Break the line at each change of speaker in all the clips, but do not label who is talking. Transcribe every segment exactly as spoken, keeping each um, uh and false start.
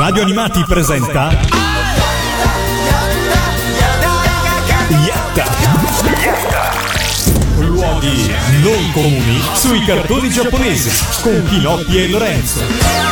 Radio Animati presenta Yatta. Luoghi non comuni sui cartoni giapponesi con Kinoppi e Lorenzo.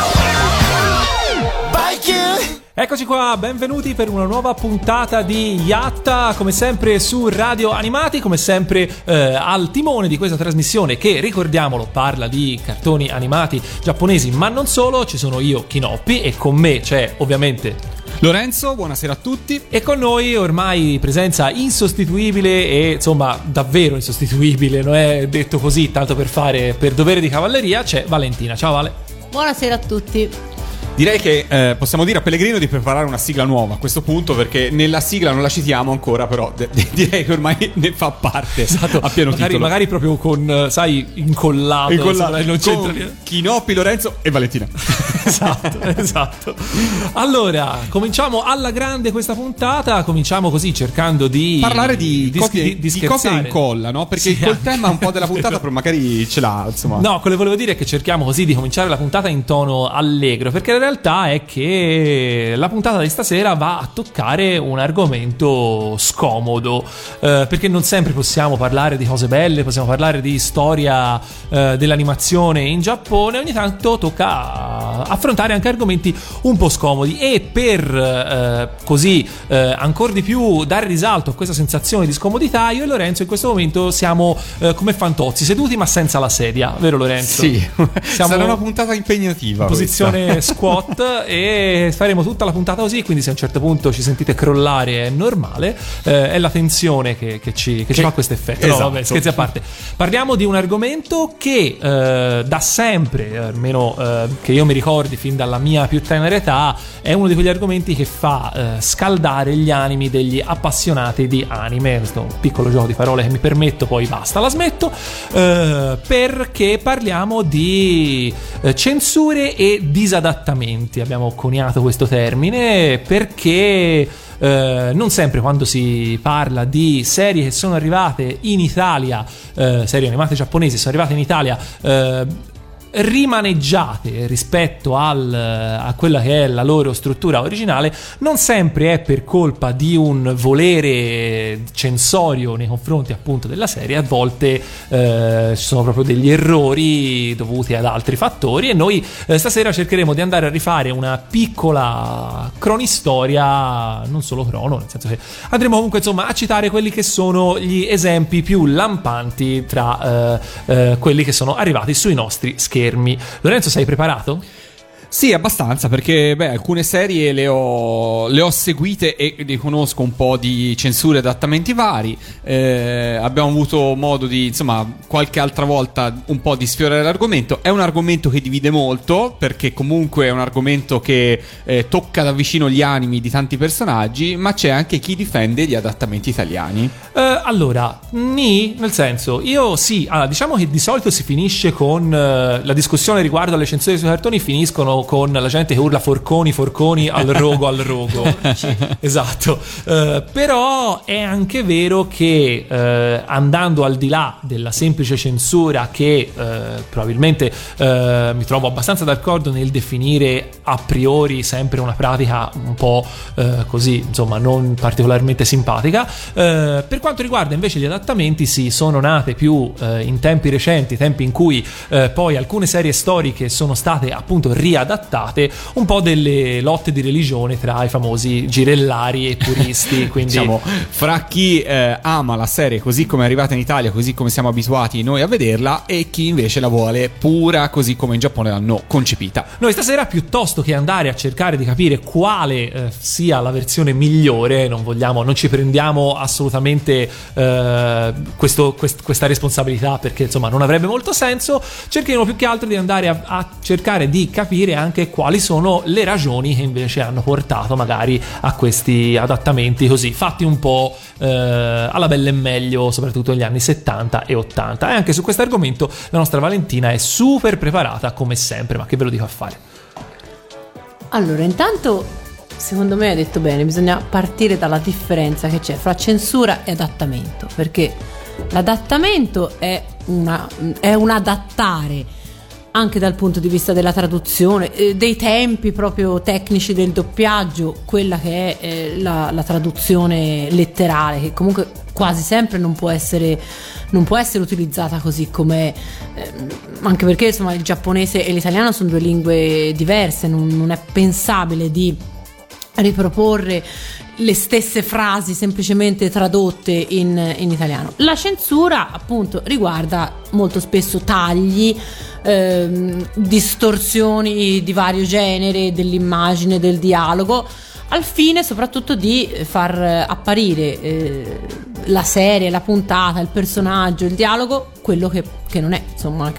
Eccoci qua, benvenuti per una nuova puntata di Yatta, come sempre su Radio Animati, come sempre eh, al timone di questa trasmissione che, ricordiamolo, parla di cartoni animati giapponesi, ma non solo. Ci sono io, Kinoppi, e con me c'è ovviamente
Lorenzo. Buonasera a tutti.
E con noi ormai presenza insostituibile e insomma davvero insostituibile, non è detto così tanto per fare per dovere di cavalleria, c'è Valentina. Ciao Vale.
Buonasera a tutti.
Direi che eh, possiamo dire a Pellegrino di preparare una sigla nuova a questo punto, perché nella sigla non la citiamo ancora, però de- de- direi che ormai ne fa parte.
Esatto.
A pieno
magari,
titolo.
magari proprio con, sai, incollato,
incollato
insomma, non c'entra
con Kinoppi, Lorenzo e Valentina.
Esatto, esatto. Allora, cominciamo alla grande questa puntata. Cominciamo così cercando di
parlare di,
di,
copie,
di, di,
di copia e incolla, no? Perché
sì,
col
anche.
tema un po' della puntata, però magari ce l'ha, insomma.
No, quello che volevo dire è che cerchiamo così di cominciare la puntata in tono allegro, perché la realtà è che la puntata di stasera va a toccare un argomento scomodo, eh, perché non sempre possiamo parlare di cose belle, possiamo parlare di storia eh, dell'animazione in Giappone. Ogni tanto tocca affrontare anche argomenti un po' scomodi, e per eh, così eh, ancora di più dare risalto a questa sensazione di scomodità, io e Lorenzo in questo momento siamo eh, come fantozzi, seduti ma senza la sedia, vero Lorenzo?
Sì,
siamo
sarà una puntata impegnativa,
in posizione squat e faremo tutta la puntata così, quindi se a un certo punto ci sentite crollare è normale, eh, è la tensione che, che, ci, che, che ci fa questo effetto.
Esatto.
No, vabbè, scherzi a parte. Parliamo di un argomento che eh, da sempre, almeno eh, che io mi ricordi fin dalla mia più tenera età, è uno di quegli argomenti che fa eh, scaldare gli animi degli appassionati di anime. Questo è un piccolo gioco di parole che mi permetto, poi basta, la smetto, eh, perché parliamo di eh, censure e disadattamenti. Abbiamo coniato questo termine perché eh, non sempre quando si parla di serie che sono arrivate in Italia, eh, serie animate giapponesi sono arrivate in Italia eh, rimaneggiate rispetto al, a quella che è la loro struttura originale, non sempre è per colpa di un volere censorio nei confronti appunto della serie. A volte eh, ci sono proprio degli errori dovuti ad altri fattori, e noi eh, stasera cercheremo di andare a rifare una piccola cronistoria, non solo crono, nel senso che andremo comunque insomma a citare quelli che sono gli esempi più lampanti tra eh, eh, quelli che sono arrivati sui nostri schermi. Lorenzo, sei preparato?
Sì, abbastanza, perché beh, alcune serie le ho, le ho seguite e ne conosco un po' di censure e adattamenti vari. Eh, abbiamo avuto modo di, insomma, qualche altra volta un po' di sfiorare l'argomento. È un argomento che divide molto, perché comunque è un argomento che eh, tocca da vicino gli animi di tanti personaggi, ma c'è anche chi difende gli adattamenti italiani.
Eh, allora, ni, nel senso, io sì, allora, diciamo che di solito si finisce con eh, la discussione riguardo alle censure sui cartoni, finiscono con la gente che urla forconi, forconi, al rogo, al rogo. Esatto. Uh, però è anche vero che uh, andando al di là della semplice censura, che uh, probabilmente uh, mi trovo abbastanza d'accordo nel definire a priori sempre una pratica un po' uh, così, insomma, non particolarmente simpatica, uh, per quanto riguarda invece gli adattamenti, sì, sono nate più uh, in tempi recenti, tempi in cui uh, poi alcune serie storiche sono state appunto riadattate, un po' delle lotte di religione tra i famosi girellari e puristi. Quindi
diciamo, fra chi eh, ama la serie così come è arrivata in Italia, così come siamo abituati noi a vederla, e chi invece la vuole pura così come in Giappone l'hanno concepita.
Noi stasera, piuttosto che andare a cercare di capire quale eh, sia la versione migliore, non vogliamo, non ci prendiamo assolutamente eh, questo, quest, questa responsabilità, perché insomma non avrebbe molto senso. Cercheremo più che altro di andare a, a cercare di capire anche quali sono le ragioni che invece hanno portato magari a questi adattamenti così fatti un po' eh, alla bella e meglio, soprattutto negli anni settanta e ottanta. E anche su questo argomento la nostra Valentina è super preparata come sempre, ma che ve lo dico a fare?
Allora, intanto secondo me hai detto bene, bisogna partire dalla differenza che c'è fra censura e adattamento, perché l'adattamento è, una, è un adattare anche dal punto di vista della traduzione, eh, dei tempi proprio tecnici del doppiaggio, quella che è eh, la, la traduzione letterale, che comunque quasi sempre non può essere non può essere utilizzata così com'è, eh, anche perché insomma il giapponese e l'italiano sono due lingue diverse, non, non è pensabile di riproporre le stesse frasi semplicemente tradotte in, in italiano. La censura appunto riguarda molto spesso tagli, ehm, distorsioni di vario genere dell'immagine, del dialogo, al fine soprattutto di far apparire eh, la serie, la puntata, il personaggio, il dialogo, quello che, che non è, insomma.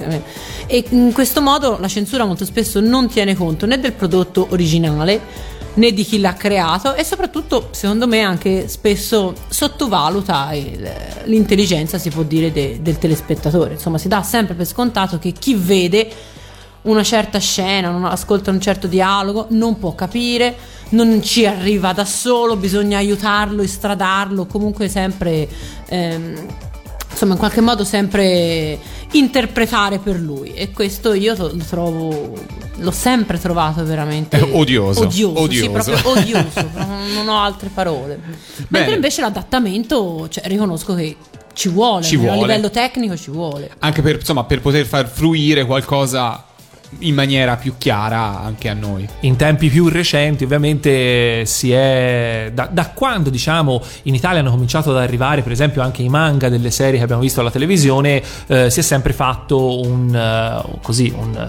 E in questo modo la censura molto spesso non tiene conto né del prodotto originale né di chi l'ha creato, e soprattutto secondo me anche spesso sottovaluta il, l'intelligenza, si può dire, de, del telespettatore. Insomma, si dà sempre per scontato che chi vede una certa scena, non ascolta un certo dialogo, non può capire, non ci arriva da solo, bisogna aiutarlo, istradarlo, comunque sempre ehm, insomma in qualche modo sempre interpretare per lui, e questo io lo trovo, l'ho sempre trovato veramente
eh, odioso
odioso,
odioso.
Sì, proprio odioso, non ho altre parole. Mentre
Bene.
invece l'adattamento, cioè, riconosco che ci vuole,
ci
a
vuole.
livello tecnico ci vuole,
anche per, insomma, per poter far fruire qualcosa in maniera più chiara anche a noi.
In tempi più recenti ovviamente si è da, da quando diciamo in Italia hanno cominciato ad arrivare per esempio anche i manga delle serie che abbiamo visto alla televisione, eh, si è sempre fatto un uh, così un,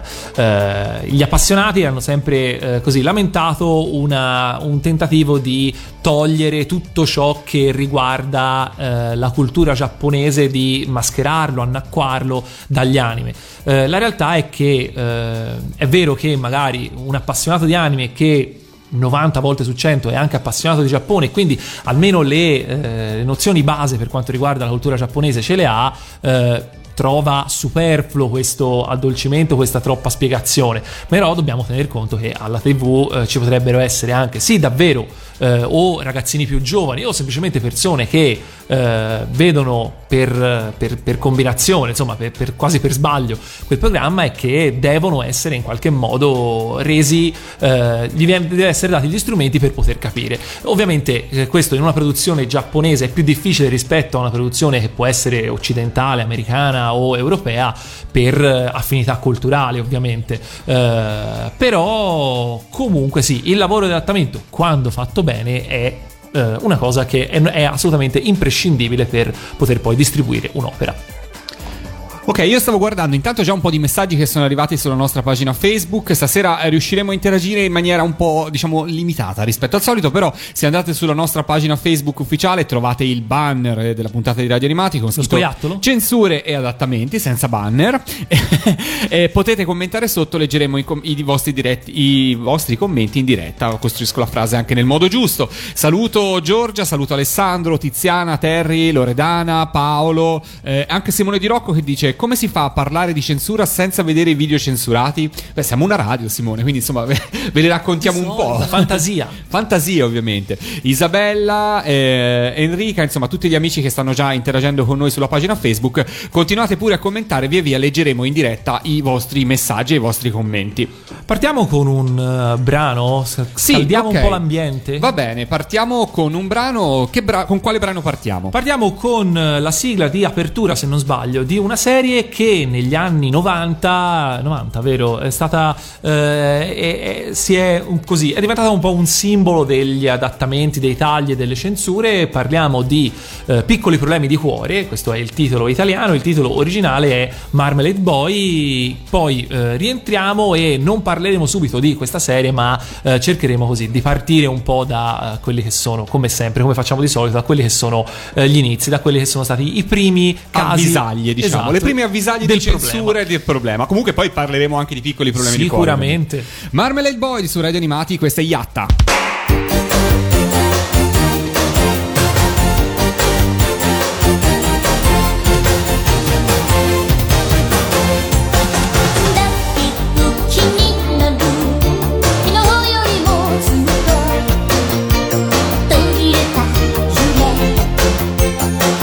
uh, gli appassionati hanno sempre uh, così lamentato una, un tentativo di togliere tutto ciò che riguarda uh, la cultura giapponese, di mascherarlo, annacquarlo dagli anime. Uh, la realtà è che uh, è vero che magari un appassionato di anime che novanta volte su cento è anche appassionato di Giappone, quindi almeno le, eh, le nozioni base per quanto riguarda la cultura giapponese ce le ha, eh, trova superfluo questo addolcimento, questa troppa spiegazione. Però dobbiamo tener conto che alla tivù eh, ci potrebbero essere anche sì davvero eh, o ragazzini più giovani o semplicemente persone che eh, vedono per, per, per combinazione, insomma per, per, quasi per sbaglio quel programma, e che devono essere in qualche modo resi, eh, gli deve essere dati gli strumenti per poter capire. Ovviamente eh, questo in una produzione giapponese è più difficile rispetto a una produzione che può essere occidentale, americana o europea, per eh, affinità culturali ovviamente, eh, però comunque sì, il lavoro di adattamento quando fatto bene è eh, una cosa che è, è assolutamente imprescindibile per poter poi distribuire un'opera.
Ok, io stavo guardando intanto già un po' di messaggi che sono arrivati sulla nostra pagina Facebook. Stasera riusciremo a interagire in maniera un po', diciamo, limitata rispetto al solito, però se andate sulla nostra pagina Facebook ufficiale trovate il banner della puntata di Radio Animati con scritto censure e adattamenti, senza banner. E potete commentare sotto, leggeremo i, com- i, vostri diretti, i vostri commenti in diretta. Costruisco la frase anche nel modo giusto. Saluto Giorgia, saluto Alessandro, Tiziana, Terry, Loredana, Paolo, eh, anche Simone Di Rocco che dice: come si fa a parlare di censura senza vedere i video censurati? Beh, siamo una radio, Simone, quindi insomma ve, ve li raccontiamo un po'.
Fantasia.
Fantasia, ovviamente. Isabella, eh, Enrica, insomma tutti gli amici che stanno già interagendo con noi sulla pagina Facebook. Continuate pure a commentare, via via leggeremo in diretta i vostri messaggi e i vostri commenti.
Partiamo con un uh, brano? Scaldiamo
sì, okay.
un po' l'ambiente?
Va bene, partiamo con un brano. Che bra- con quale brano partiamo?
Partiamo con la sigla di apertura, se non sbaglio, di una serie che negli anni novanta, novanta, vero? È stata eh, è, si è un, così, è diventata un po' un simbolo degli adattamenti, dei tagli e delle censure. Parliamo di eh, Piccoli problemi di cuore, questo è il titolo italiano, il titolo originale è Marmalade Boy. Poi eh, rientriamo e non parleremo subito di questa serie, ma eh, cercheremo così di partire un po' da uh, quelli che sono, come sempre, come facciamo di solito, da quelli che sono uh, gli inizi, da quelli che sono stati i primi casi,
avvisaglie, diciamo,
esatto,
le prime avvisaglie
del
di censura
problema.
e del problema. Comunque poi parleremo anche di piccoli problemi di cuore.
Sicuramente.
Marmalade Boy su Radio Animati, questa è Yatta.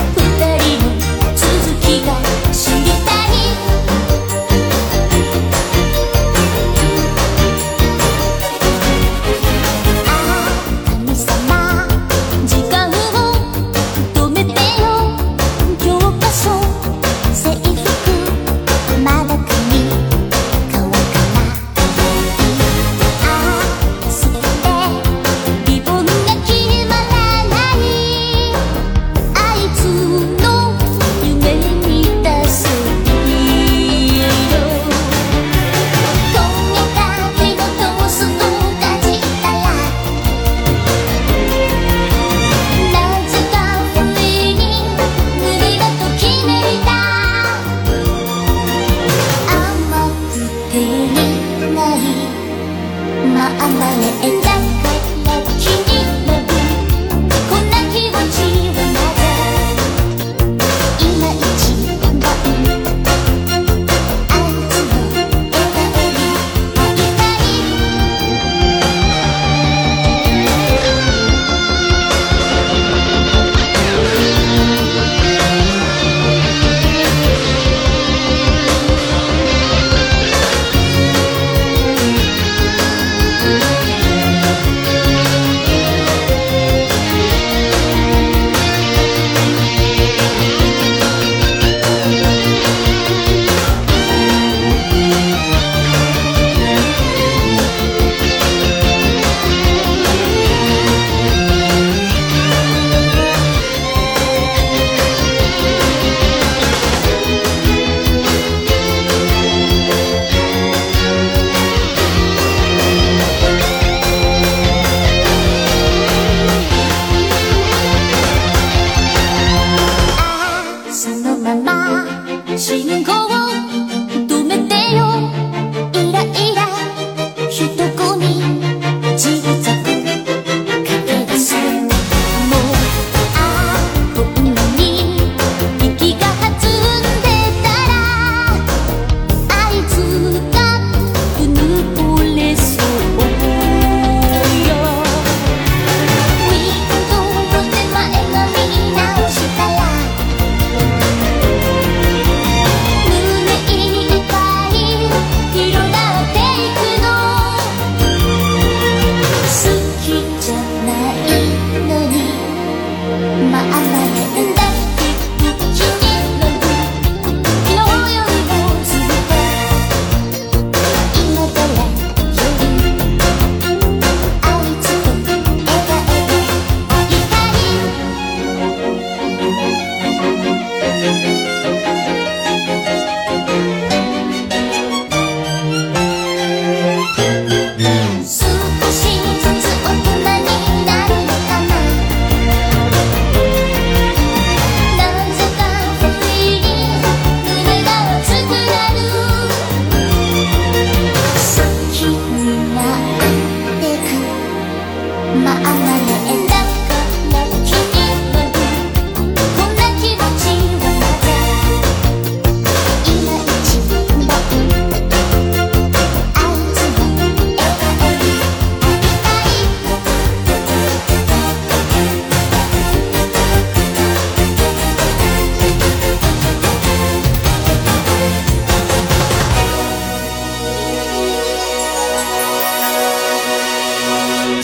「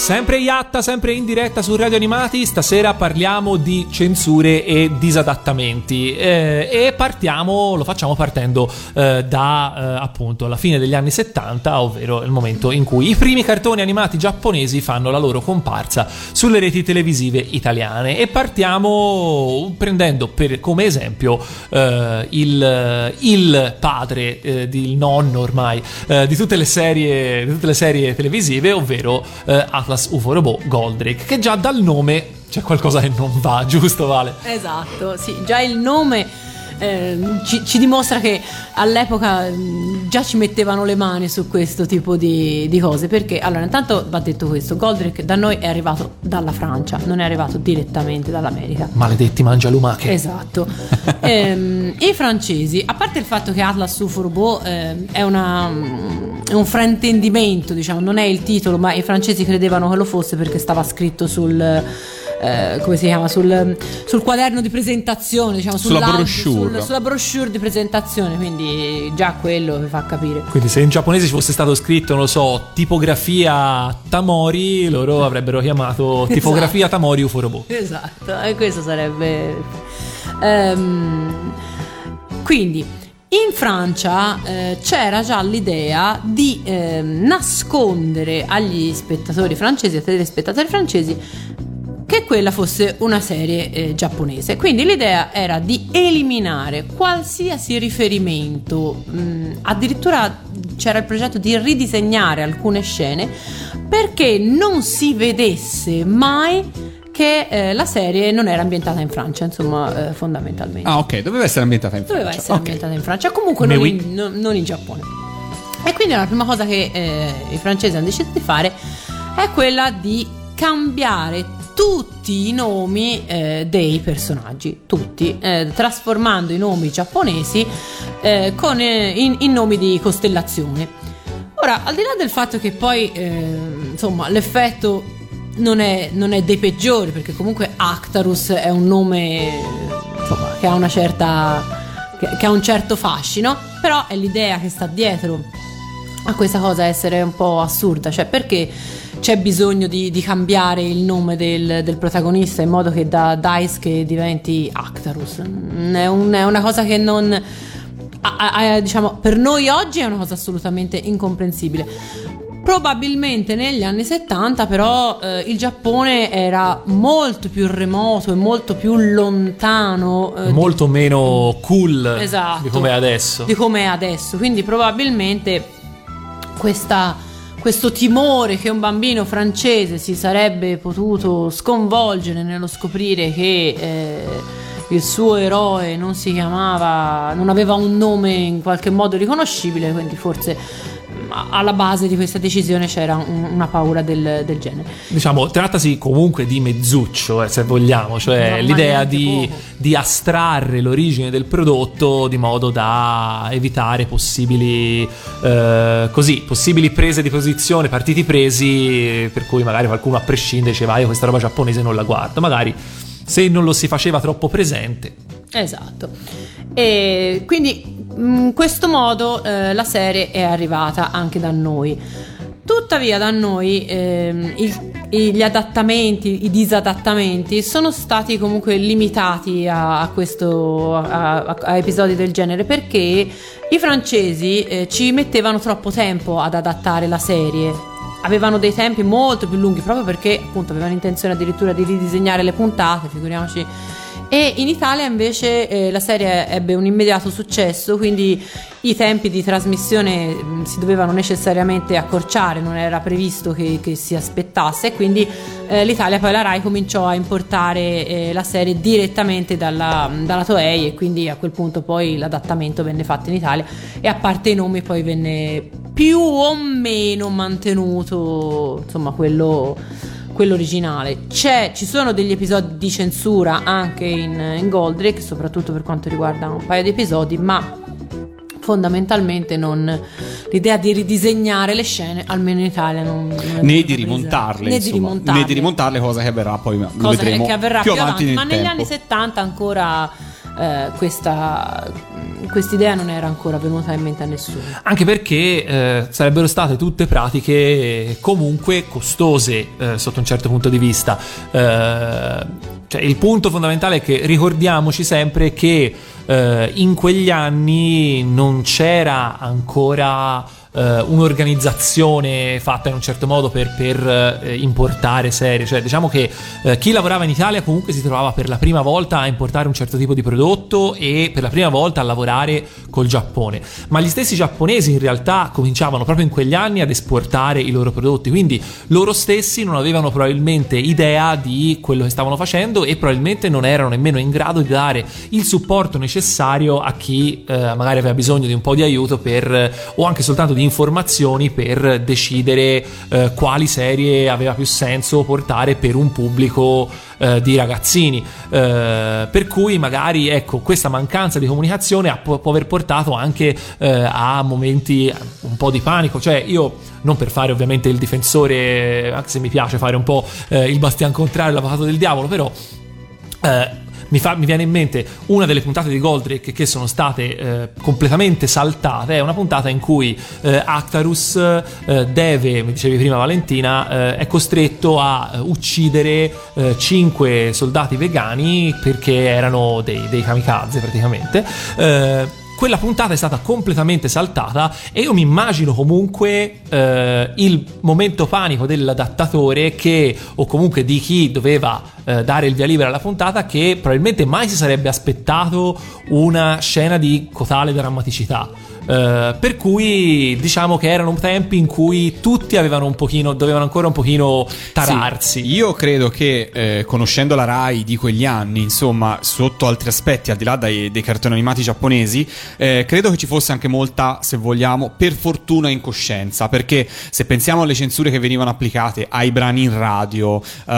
Sempre Iatta, sempre in diretta su Radio Animati. Stasera parliamo di censure e disadattamenti eh, e partiamo, lo facciamo partendo eh, da eh, appunto la fine degli anni settanta, ovvero il momento in cui i primi cartoni animati giapponesi fanno la loro comparsa sulle reti televisive italiane, e partiamo prendendo per, come esempio eh, il, il padre eh, di, il nonno ormai eh, di tutte le serie di tutte le serie televisive, ovvero eh, Atlas U F O Robot Goldrake, che già dal nome c'è qualcosa che non va, giusto Vale?
Esatto, sì, già il nome eh, ci, ci dimostra che all'epoca mh, già ci mettevano le mani su questo tipo di, di cose, perché allora intanto va detto questo: Goldrake da noi è arrivato dalla Francia, non è arrivato direttamente dall'America.
Maledetti mangia lumache.
Esatto. ehm, I francesi, a parte il fatto che Atlas U F O Robot eh, è, una, è un fraintendimento, diciamo, non è il titolo, ma i francesi credevano che lo fosse perché stava scritto sul Eh, come si chiama, sul, sul quaderno di presentazione, diciamo,
sulla brochure
sul, sulla brochure di presentazione, quindi già quello vi fa capire.
Quindi se in giapponese ci fosse stato scritto, non lo so, tipografia Tamori, loro avrebbero chiamato tipografia esatto. Tamori U F O Robot.
Esatto, e questo sarebbe um, quindi in Francia eh, c'era già l'idea di eh, nascondere agli spettatori francesi, ai telespettatori francesi, che quella fosse una serie eh, giapponese. Quindi l'idea era di eliminare qualsiasi riferimento, mh, addirittura c'era il progetto di ridisegnare alcune scene perché non si vedesse mai che eh, la serie non era ambientata in Francia, insomma, eh, fondamentalmente.
Ah, ok, doveva essere ambientata in Francia.
Doveva essere
okay.
ambientata in Francia, comunque non in, non, non in Giappone. E quindi la prima cosa che eh, i francesi hanno deciso di fare è quella di cambiare tutti i nomi eh, dei personaggi, tutti, eh, trasformando i nomi giapponesi eh, con, eh, in, in nomi di costellazione. Ora, al di là del fatto che poi eh, insomma l'effetto non è, non è dei peggiori, perché comunque Actarus è un nome insomma, che ha una certa che, che ha un certo fascino, però è l'idea che sta dietro a questa cosa essere un po' assurda, cioè perché c'è bisogno di, di cambiare il nome del, del protagonista in modo che da Daisuke diventi Actarus. È, un, è una cosa che non a, a, diciamo per noi oggi è una cosa assolutamente incomprensibile. Probabilmente negli anni settanta però eh, il Giappone era molto più remoto e molto più lontano, eh,
molto
di,
meno cool
esatto,
di come è adesso.
Di come è adesso, quindi probabilmente questa questo timore che un bambino francese si sarebbe potuto sconvolgere nello scoprire che eh, il suo eroe non si chiamava, non aveva un nome in qualche modo riconoscibile, quindi forse alla base di questa decisione c'era un, una paura del, del genere.
Diciamo, trattasi comunque di mezzuccio, eh, se vogliamo, cioè no, l'idea di, di astrarre l'origine del prodotto di modo da evitare possibili eh, così, possibili prese di posizione, partiti presi, per cui magari qualcuno a prescindere diceva io questa roba giapponese non la guardo, magari se non lo si faceva troppo presente.
Esatto. E quindi in questo modo eh, la serie è arrivata anche da noi. Tuttavia da noi ehm, il, gli adattamenti, i disadattamenti sono stati comunque limitati a, a questo a, a, a episodi del genere, perché i francesi eh, ci mettevano troppo tempo ad adattare la serie. Avevano dei tempi molto più lunghi proprio perché appunto avevano intenzione addirittura di ridisegnare le puntate, figuriamoci. E in Italia invece eh, la serie ebbe un immediato successo, quindi i tempi di trasmissione mh, si dovevano necessariamente accorciare, non era previsto che, che si aspettasse, e quindi eh, l'Italia, poi la Rai cominciò a importare eh, la serie direttamente dalla, dalla Toei, e quindi a quel punto poi l'adattamento venne fatto in Italia, e a parte i nomi poi venne più o meno mantenuto insomma quello quello originale. C'è, ci sono degli episodi di censura anche in, in Goldrake, soprattutto per quanto riguarda un paio di episodi, ma fondamentalmente non, l'idea di ridisegnare le scene almeno in Italia non, non è
né di rimontarle,
né
insomma,
di rimontarle
né di rimontarle, cosa che avverrà poi lo
cosa
vedremo
che avverrà
più
più
avanti,
avanti,
nel
ma
tempo.
negli anni settanta ancora eh, questa quest'idea non era ancora venuta in mente a nessuno.
Anche perché eh, sarebbero state tutte pratiche comunque costose eh, sotto un certo punto di vista. Eh, cioè, il punto fondamentale è che ricordiamoci sempre che eh, in quegli anni non c'era ancora un'organizzazione fatta in un certo modo per, per eh, importare serie. Cioè, diciamo che eh, chi lavorava in Italia comunque si trovava per la prima volta a importare un certo tipo di prodotto e per la prima volta a lavorare col Giappone, ma gli stessi giapponesi in realtà cominciavano proprio in quegli anni ad esportare i loro prodotti, quindi loro stessi non avevano probabilmente idea di quello che stavano facendo e probabilmente non erano nemmeno in grado di dare il supporto necessario a chi eh, magari aveva bisogno di un po' di aiuto per, o anche soltanto di informazioni per decidere eh, quali serie aveva più senso portare per un pubblico eh, di ragazzini, eh, per cui magari ecco questa mancanza di comunicazione ha, può aver portato anche eh, a momenti un po' di panico. Cioè, io, non per fare ovviamente il difensore, anche se mi piace fare un po' eh, il bastian contrario, l'avvocato del diavolo, però eh, Mi, fa, mi viene in mente una delle puntate di Goldrake che sono state eh, completamente saltate. È una puntata in cui eh, Actarus eh, deve, mi dicevi prima Valentina, eh, è costretto a eh, uccidere eh, cinque soldati vegani perché erano dei, dei kamikaze praticamente. Eh, Quella puntata è stata completamente saltata e io mi immagino comunque eh, il momento panico dell'adattatore che, o comunque di chi doveva eh, dare il via libera alla puntata, che probabilmente mai si sarebbe aspettato una scena di cotale drammaticità. Uh, per cui diciamo che erano tempi in cui tutti avevano un pochino, dovevano ancora un pochino tararsi.
Sì, io credo che eh, conoscendo la Rai di quegli anni, insomma, sotto altri aspetti, al di là dai, dei cartoni animati giapponesi, eh, credo che ci fosse anche molta, se vogliamo, per fortuna incoscienza, perché se pensiamo alle censure che venivano applicate ai brani in radio,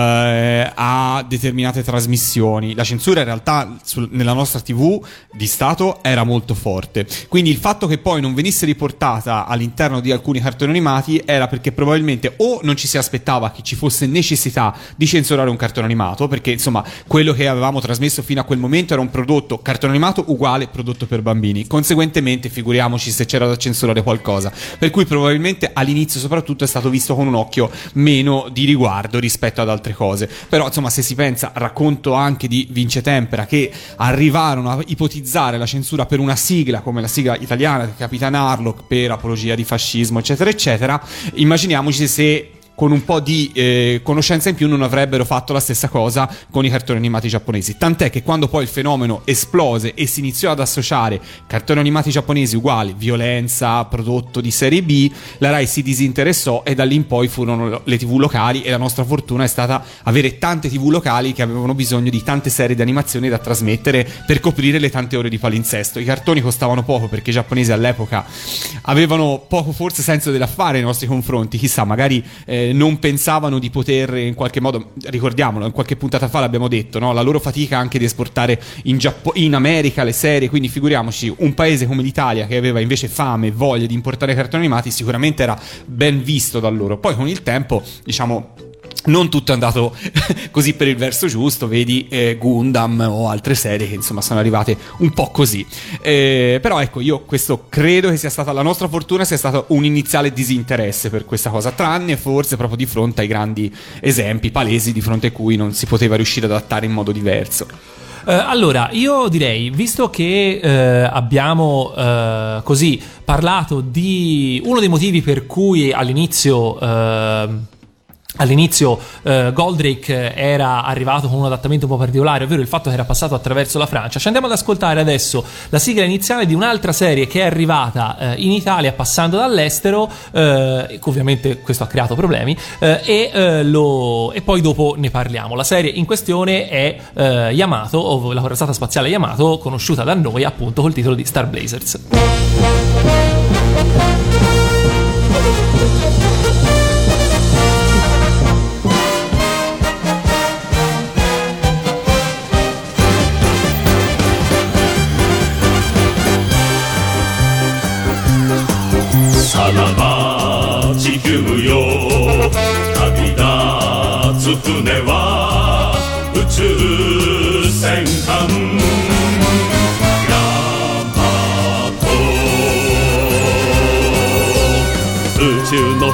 eh, a determinate trasmissioni, la censura in realtà sul, nella nostra tivù di Stato era molto forte. Quindi il fatto che poi non venisse riportata all'interno di alcuni cartoni animati era perché probabilmente o non ci si aspettava che ci fosse necessità di censurare un cartone animato, perché insomma quello che avevamo trasmesso fino a quel momento era un prodotto cartone animato uguale prodotto per bambini, conseguentemente figuriamoci se c'era da censurare qualcosa, per cui probabilmente all'inizio soprattutto è stato visto con un occhio meno di riguardo rispetto ad altre cose. Però insomma, se si pensa, racconto anche di Vince Tempera, che arrivarono a ipotizzare la censura per una sigla come la sigla italiana Capitan Harlock per apologia di fascismo eccetera eccetera, immaginiamoci se con un po' di eh, conoscenza in più non avrebbero fatto la stessa cosa con i cartoni animati giapponesi. Tant'è che quando poi il fenomeno esplose e si iniziò ad associare cartoni animati giapponesi uguali violenza, prodotto di serie B, la Rai si disinteressò e da lì in poi furono le tivù locali, e la nostra fortuna è stata avere tante tivù locali che avevano bisogno di tante serie di animazioni da trasmettere per coprire le tante ore di palinsesto. I cartoni costavano poco perché i giapponesi all'epoca avevano poco forse senso dell'affare nei nostri confronti, chissà, magari eh, non pensavano di poter in qualche modo, ricordiamolo, in qualche puntata fa l'abbiamo detto, no? La loro fatica anche di esportare in, Giappo- in America le serie, quindi figuriamoci un paese come l'Italia che aveva invece fame e voglia di importare cartoni animati, sicuramente era ben visto da loro. Poi con il tempo, diciamo, non tutto è andato così per il verso giusto, vedi eh, Gundam o altre serie che insomma sono arrivate un po' così, eh, però ecco, io questo credo che sia stata la nostra fortuna, sia stato un iniziale disinteresse per questa cosa, tranne forse proprio di fronte ai grandi esempi palesi di fronte a cui non si poteva riuscire ad adattare in modo diverso.
Uh, allora, io direi, visto che uh, abbiamo uh, così parlato di uno dei motivi per cui all'inizio uh, All'inizio uh, Goldrake era arrivato con un adattamento un po' particolare, ovvero il fatto che era passato attraverso la Francia. Ci andiamo ad ascoltare adesso la sigla iniziale di un'altra serie che è arrivata uh, in Italia passando dall'estero, uh, ovviamente questo ha creato problemi, uh, e, uh, lo, e poi dopo ne parliamo. La serie in questione è uh, Yamato, o la corazzata spaziale Yamato, conosciuta da noi appunto col titolo di Star Blazers.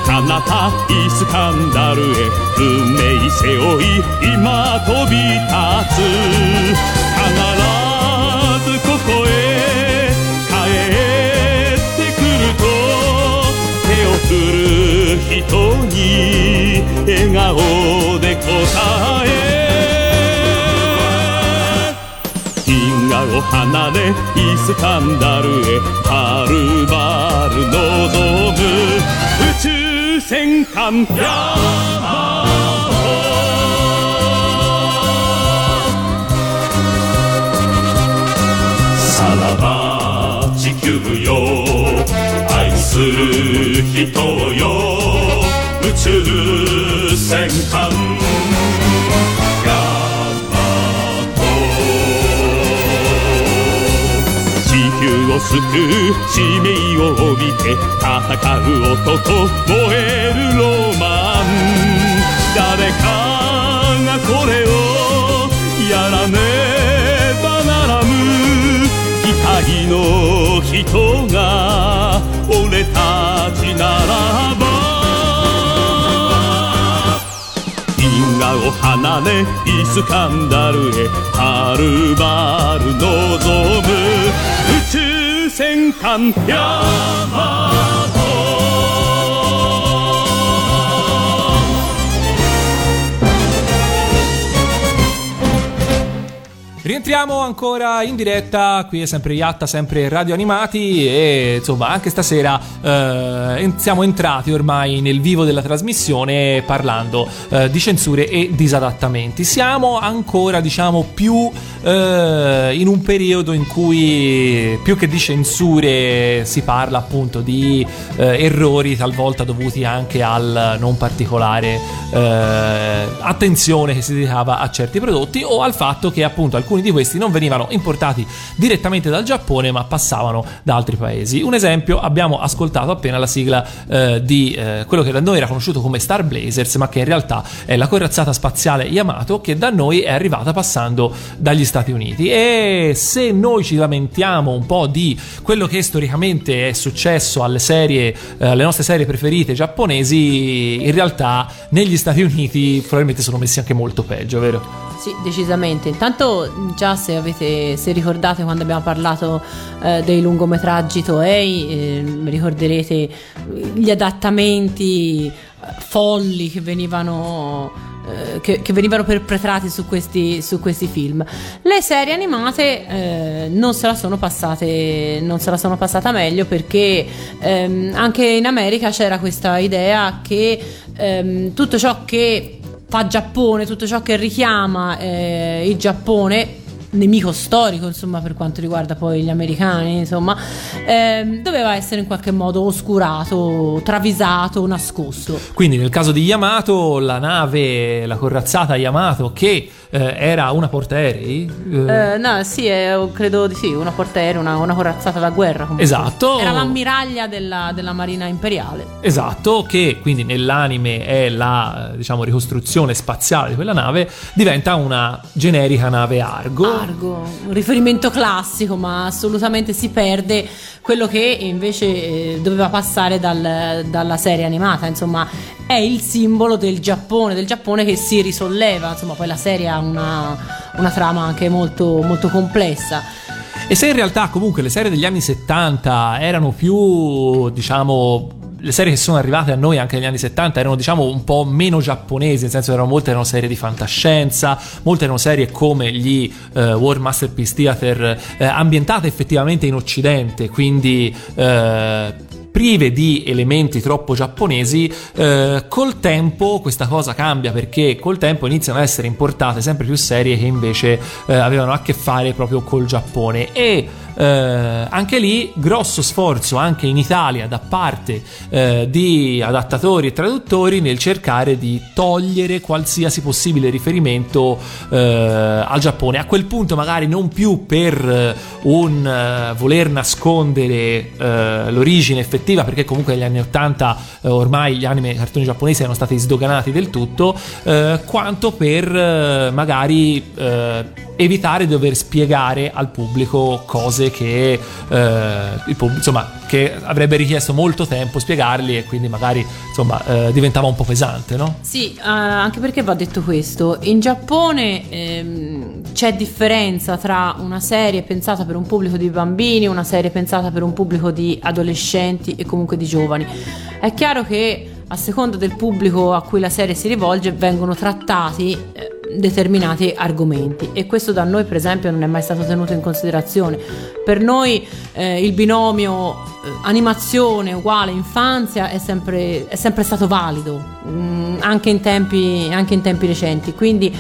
彼方イスカンダルへ運命背負い今飛び立つ必ずここへ帰ってくると手を振る人に笑顔で答え銀河を離れイスカンダルへはるばる望む宇宙戦艦ヤマトさらば地球よ愛する人よ宇宙戦艦地球を救う使命を帯びて戦う男燃えるロマン誰かがこれをやらねばならぬ期待の人が俺たちならば銀河を離れイスカンダルへはるばる望む宇宙戦艦ヤマト
Rientriamo ancora in diretta, qui è sempre Yatta, sempre Radio Animati e insomma anche stasera eh, siamo entrati ormai nel vivo della trasmissione parlando eh, di censure e disadattamenti. Siamo ancora diciamo più eh, in un periodo in cui più che di censure si parla appunto di eh, errori talvolta dovuti anche al non particolare eh, attenzione che si dedicava a certi prodotti o al fatto che appunto alcuni di questi non venivano importati direttamente dal Giappone ma passavano da altri paesi. Un esempio, abbiamo ascoltato appena la sigla eh, di eh, quello che da noi era conosciuto come Star Blazers ma che in realtà è la corazzata spaziale Yamato che da noi è arrivata passando dagli Stati Uniti e se noi ci lamentiamo un po' di quello che storicamente è successo alle serie, eh, alle nostre serie preferite giapponesi, in realtà negli Stati Uniti probabilmente sono messi anche molto peggio, vero?
Sì, decisamente. Intanto già se avete se ricordate quando abbiamo parlato eh, dei lungometraggi Toei eh, ricorderete gli adattamenti folli che venivano eh, che, che venivano perpetrati su questi su questi film. Le serie animate eh, non se la sono passate non se la sono passata meglio perché ehm, anche in America c'era questa idea che ehm, tutto ciò che fa Giappone, tutto ciò che richiama eh, il Giappone, nemico storico insomma per quanto riguarda poi gli americani insomma, eh, doveva essere in qualche modo oscurato, travisato, nascosto.
Quindi nel caso di Yamato, la nave, la corazzata Yamato che eh, era una portaerei?
Eh, no, sì, è, credo di sì, una portaerei, una, una corazzata da guerra comunque.
Esatto.
Era l'ammiraglia della, della Marina Imperiale.
Esatto, che quindi nell'anime è la diciamo ricostruzione spaziale di quella nave, diventa una generica nave Argo.
Argo, un riferimento classico, ma assolutamente si perde quello che invece eh, doveva passare dal, dalla serie animata, insomma è il simbolo del Giappone, del Giappone che si risolleva, insomma poi la serie ha una, una trama anche molto, molto complessa.
E se in realtà comunque le serie degli anni settanta erano più, diciamo, le serie che sono arrivate a noi anche negli anni settanta erano diciamo un po' meno giapponesi, nel senso che erano molte erano serie di fantascienza, molte erano serie come gli eh, War Masterpiece Theater eh, ambientate effettivamente in Occidente, quindi eh, prive di elementi troppo giapponesi. Eh, col tempo questa cosa cambia perché col tempo iniziano ad essere importate sempre più serie che invece eh, avevano a che fare proprio col Giappone e Eh, anche lì grosso sforzo anche in Italia da parte eh, di adattatori e traduttori nel cercare di togliere qualsiasi possibile riferimento eh, al Giappone, a quel punto magari non più per un uh, voler nascondere uh, l'origine effettiva prospettiva, perché comunque negli anni ottanta eh, ormai gli anime e i cartoni giapponesi erano stati sdoganati del tutto, eh, quanto per eh, magari eh, evitare di dover spiegare al pubblico cose che eh, il pub- insomma che avrebbe richiesto molto tempo spiegarli, e quindi magari insomma eh, diventava un po' pesante, no?
Sì, uh, anche perché va detto questo: in Giappone ehm, c'è differenza tra una serie pensata per un pubblico di bambini, una serie pensata per un pubblico di adolescenti e comunque di giovani. È chiaro che a seconda del pubblico a cui la serie si rivolge vengono trattati eh, determinati argomenti, e questo da noi per esempio non è mai stato tenuto in considerazione. Per noi eh, il binomio eh, animazione uguale infanzia è sempre, è sempre stato valido, mh, anche in tempi, anche in tempi recenti, quindi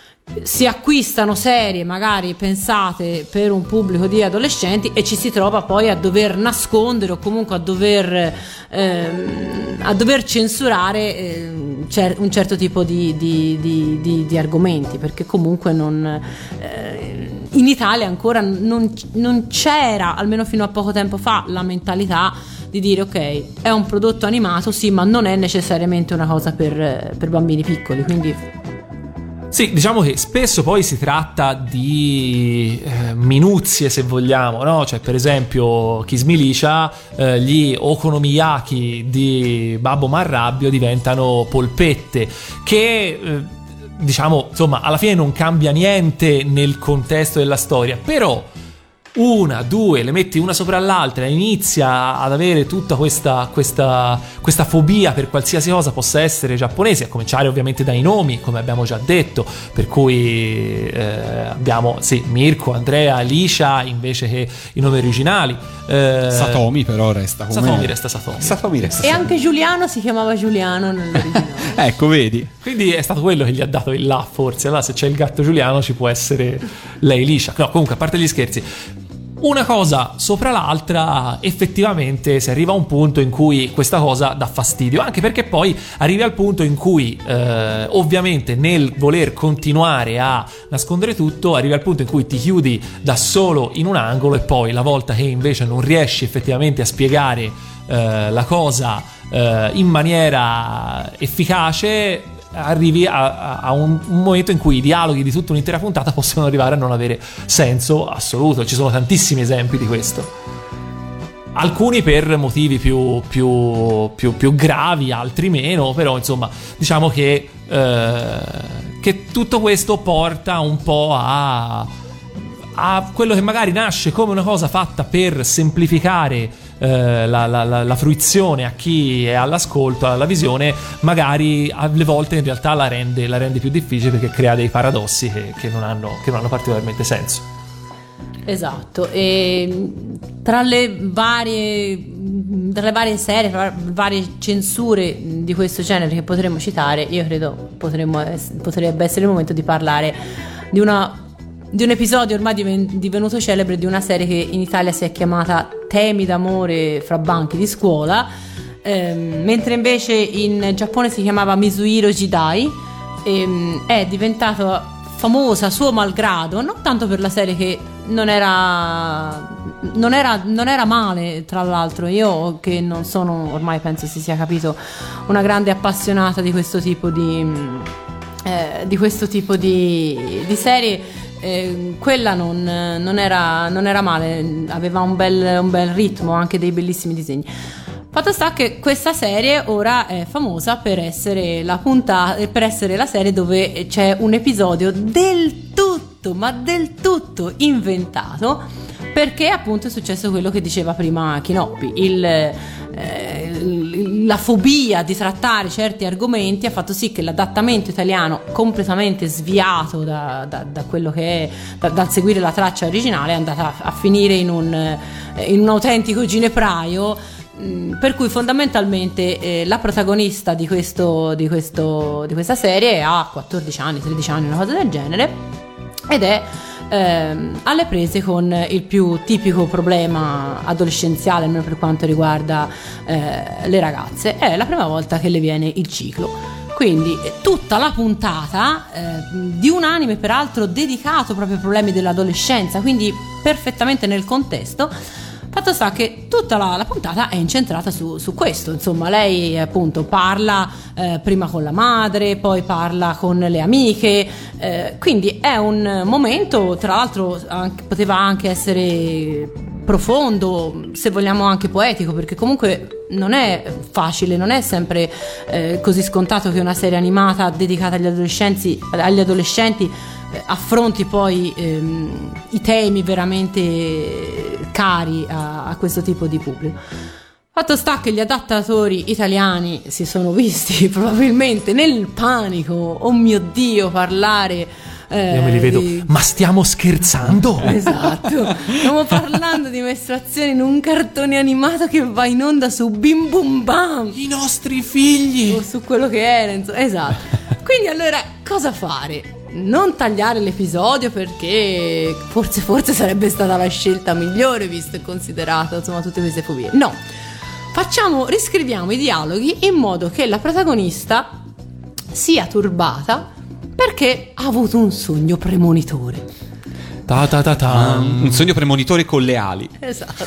si acquistano serie magari pensate per un pubblico di adolescenti e ci si trova poi a dover nascondere o comunque a dover ehm, a dover censurare ehm, cer- un certo tipo di, di, di, di, di argomenti, perché comunque non eh, in Italia ancora non, non c'era, almeno fino a poco tempo fa, la mentalità di dire ok, è un prodotto animato sì, ma non è necessariamente una cosa per, per bambini piccoli, quindi
sì, diciamo che spesso poi si tratta di eh, minuzie, se vogliamo, no? Cioè, per esempio, Kiss Militia, eh, gli okonomiyaki di Babbo Marrabbio diventano polpette, che eh, diciamo, insomma, alla fine non cambia niente nel contesto della storia, però una, due, le metti una sopra l'altra e inizia ad avere tutta questa, questa, questa fobia per qualsiasi cosa possa essere giapponese, a cominciare ovviamente dai nomi, come abbiamo già detto, per cui eh, abbiamo sì, Mirko, Andrea, Alicia invece che i nomi originali. eh,
Satomi però resta come
Satomi resta Satomi.
Satomi resta
e
Satomi.
anche Giuliano si chiamava Giuliano nell'originale.
Ecco, vedi?
Quindi è stato quello che gli ha dato il là, forse. Allora, se c'è il gatto Giuliano ci può essere lei Licia. No, comunque, a parte gli scherzi, una cosa sopra l'altra, effettivamente si arriva a un punto in cui questa cosa dà fastidio, anche perché poi arrivi al punto in cui eh, ovviamente nel voler continuare a nascondere tutto, arrivi al punto in cui ti chiudi da solo in un angolo, e poi la volta che invece non riesci effettivamente a spiegare eh, la cosa eh, in maniera efficace, arrivi a, a un, un momento in cui i dialoghi di tutta un'intera puntata possono arrivare a non avere senso assoluto. Ci sono tantissimi esempi di questo, alcuni per motivi più, più, più, più gravi, altri meno, però insomma diciamo che, eh, che tutto questo porta un po' a, a quello che magari nasce come una cosa fatta per semplificare Eh, la, la, la, la fruizione a chi è all'ascolto, alla visione, magari alle volte in realtà la rende, la rende più difficile, perché crea dei paradossi che, che, non hanno, che non hanno particolarmente senso.
Esatto. E tra le varie tra le varie serie, tra le varie censure di questo genere che potremmo citare, io credo potremmo, potrebbe essere il momento di parlare di una di un episodio ormai divenuto celebre di una serie che in Italia si è chiamata Temi d'amore fra banchi di scuola, ehm, mentre invece in Giappone si chiamava Mizuhiro Jidai. Ehm, è diventata famosa suo malgrado, non tanto per la serie, che non era non era, non era male, tra l'altro. Io, che non sono, ormai penso si sia capito, una grande appassionata di questo tipo di eh, di questo tipo di, di serie, Eh, quella non, non, era, non era male, aveva un bel, un bel ritmo, anche dei bellissimi disegni. Fatto sta che questa serie ora è famosa per essere la puntata, per essere la serie dove c'è un episodio del tutto, ma del tutto inventato, perché appunto è successo quello che diceva prima Kinoppi. Il, eh, la fobia di trattare certi argomenti ha fatto sì che l'adattamento italiano, completamente sviato da, da, da quello che è, da, dal seguire la traccia originale, è andata a, a finire in un, in un autentico ginepraio, mh, per cui fondamentalmente eh, la protagonista di, questo, di, questo, di questa serie ha quattordici anni, tredici anni, una cosa del genere, ed è Ehm, alle prese con il più tipico problema adolescenziale, almeno per quanto riguarda eh, le ragazze. È la prima volta che le viene il ciclo, quindi tutta la puntata eh, di un anime peraltro dedicato proprio ai problemi dell'adolescenza, quindi perfettamente nel contesto, Fatto sta che tutta la, la puntata è incentrata su, su questo, insomma lei appunto parla eh, prima con la madre, poi parla con le amiche, eh, quindi è un momento, tra l'altro anche, poteva anche essere profondo, se vogliamo anche poetico, perché comunque non è facile, non è sempre eh, così scontato che una serie animata dedicata agli adolescenti, agli adolescenti eh, affronti poi ehm, i temi veramente cari a, a questo tipo di pubblico. Fatto sta che gli adattatori italiani si sono visti probabilmente nel panico, oh mio Dio, parlare. Eh,
Io me li vedo,
di...
ma stiamo scherzando?
Esatto, stiamo parlando di mestruazioni in un cartone animato che va in onda su Bim Bum Bam,
I nostri figli!
o su quello che era, insomma. Esatto. Quindi allora cosa fare? Non tagliare l'episodio, perché forse forse sarebbe stata la scelta migliore, visto e considerato insomma tutte queste fobie. No, facciamo, riscriviamo i dialoghi in modo che la protagonista sia turbata perché ha avuto un sogno premonitore.
Ta ta ta ta.
Un sogno premonitore con le ali.
Esatto.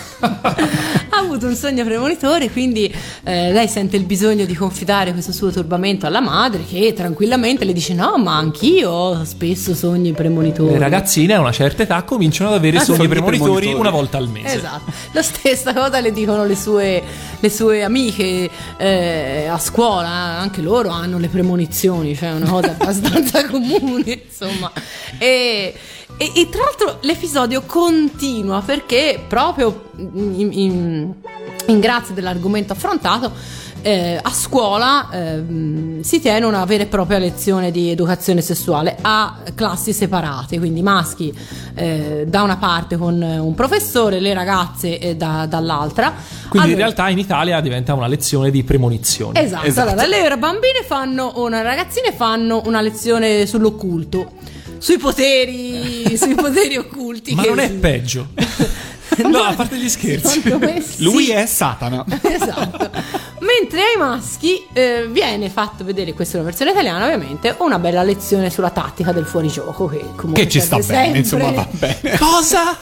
Ha avuto un sogno premonitore, quindi eh, lei sente il bisogno di confidare questo suo turbamento alla madre, che tranquillamente le dice: no, ma anch'io ho spesso sogni premonitori.
Le ragazzine a una certa età cominciano ad avere
Ah,
sogni
sogni
premonitori,
premonitori
una volta al mese.
Esatto, la stessa cosa le dicono le sue, le sue amiche eh, a scuola, anche loro hanno le premonizioni, cioè è una cosa abbastanza comune, insomma. E, e, e tra l'altro l'episodio continua perché proprio in, in, in grazia dell'argomento affrontato, eh, a scuola eh, si tiene una vera e propria lezione di educazione sessuale a classi separate, quindi maschi eh, da una parte con un professore, le ragazze eh, da, dall'altra.
Quindi
Allora-
in realtà in Italia diventa una lezione di premonizioni.
Esatto,
Esatto.
allora le bambine fanno, o le ragazzine fanno una lezione sull'occulto, sui poteri, sui poteri occulti.
Ma
che-
non è peggio. No, a parte gli scherzi.
Secondo me sì.
Lui è Satana.
Esatto. Mentre ai maschi eh, viene fatto vedere, questa è una versione italiana ovviamente, una bella lezione sulla tattica del fuorigioco, che comunque
Che ci sta
serve
bene,
sempre.
insomma, va bene.
Cosa?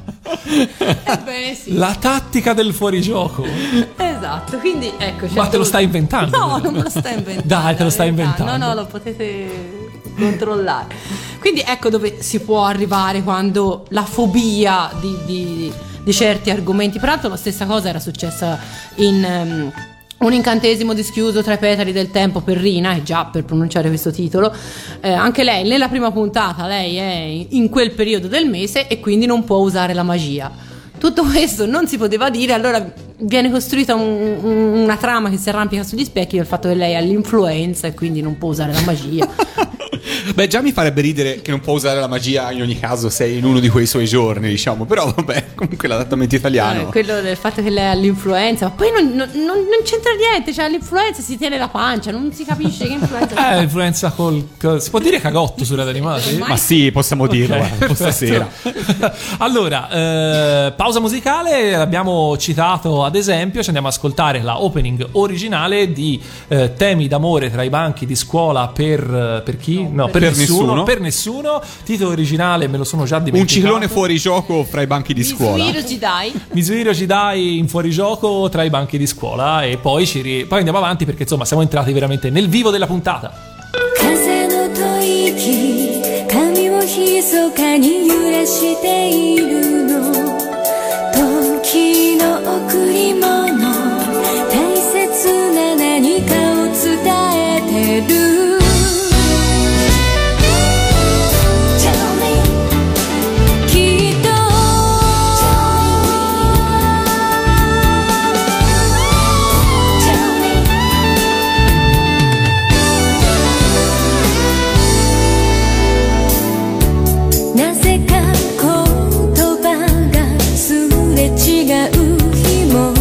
Ebbene sì.
La tattica del fuorigioco.
Esatto, quindi ecco.
Ma te lo stai inventando?
No, non me lo stai inventando.
Dai, te lo stai
in realtà.
inventando.
No, no, lo potete controllare. Quindi ecco dove si può arrivare quando la fobia di, di, di certi argomenti. Peraltro la stessa cosa era successa in um, Un incantesimo dischiuso tra i petali del tempo per Rina, e già per pronunciare questo titolo, eh, anche lei nella prima puntata lei è in quel periodo del mese e quindi non può usare la magia. Tutto questo non si poteva dire, allora viene costruita un, un, una trama che si arrampica sugli specchi del fatto che lei ha l'influenza e quindi non può usare la magia.
Beh, già mi farebbe ridere che non può usare la magia in ogni caso se è in uno di quei suoi giorni, diciamo. Però vabbè, comunque l'adattamento italiano.
Eh, quello del fatto che lei ha l'influenza, ma poi non, non, non, non c'entra niente, cioè l'influenza si tiene la pancia, non si capisce che influenza.
Eh, influenza col, col- si può dire cagotto su Radio Animati?
Ormai-
Ma sì, possiamo dirlo,
Ok,
guarda, stasera.
perfetto. Allora, eh, pausa musicale, l'abbiamo citato ad esempio, ci andiamo ad ascoltare la opening originale di eh, Temi d'amore tra i banchi di scuola per, per chi? No, per,
per
nessuno,
nessuno.
per nessuno. Titolo originale me lo sono già dimenticato.
Un ciclone fuori gioco fra i banchi di scuola.
Misuiro Jidai.
Mizuhiro Jidai in fuorigioco tra i banchi di scuola, e poi, ci ri- poi andiamo avanti perché insomma siamo entrati veramente nel vivo della puntata.
風の吐息髪を密かに揺らしているの時の贈り物大切な何かを伝えてる Tell me きっと Tell me なぜか言葉がすれ違う日も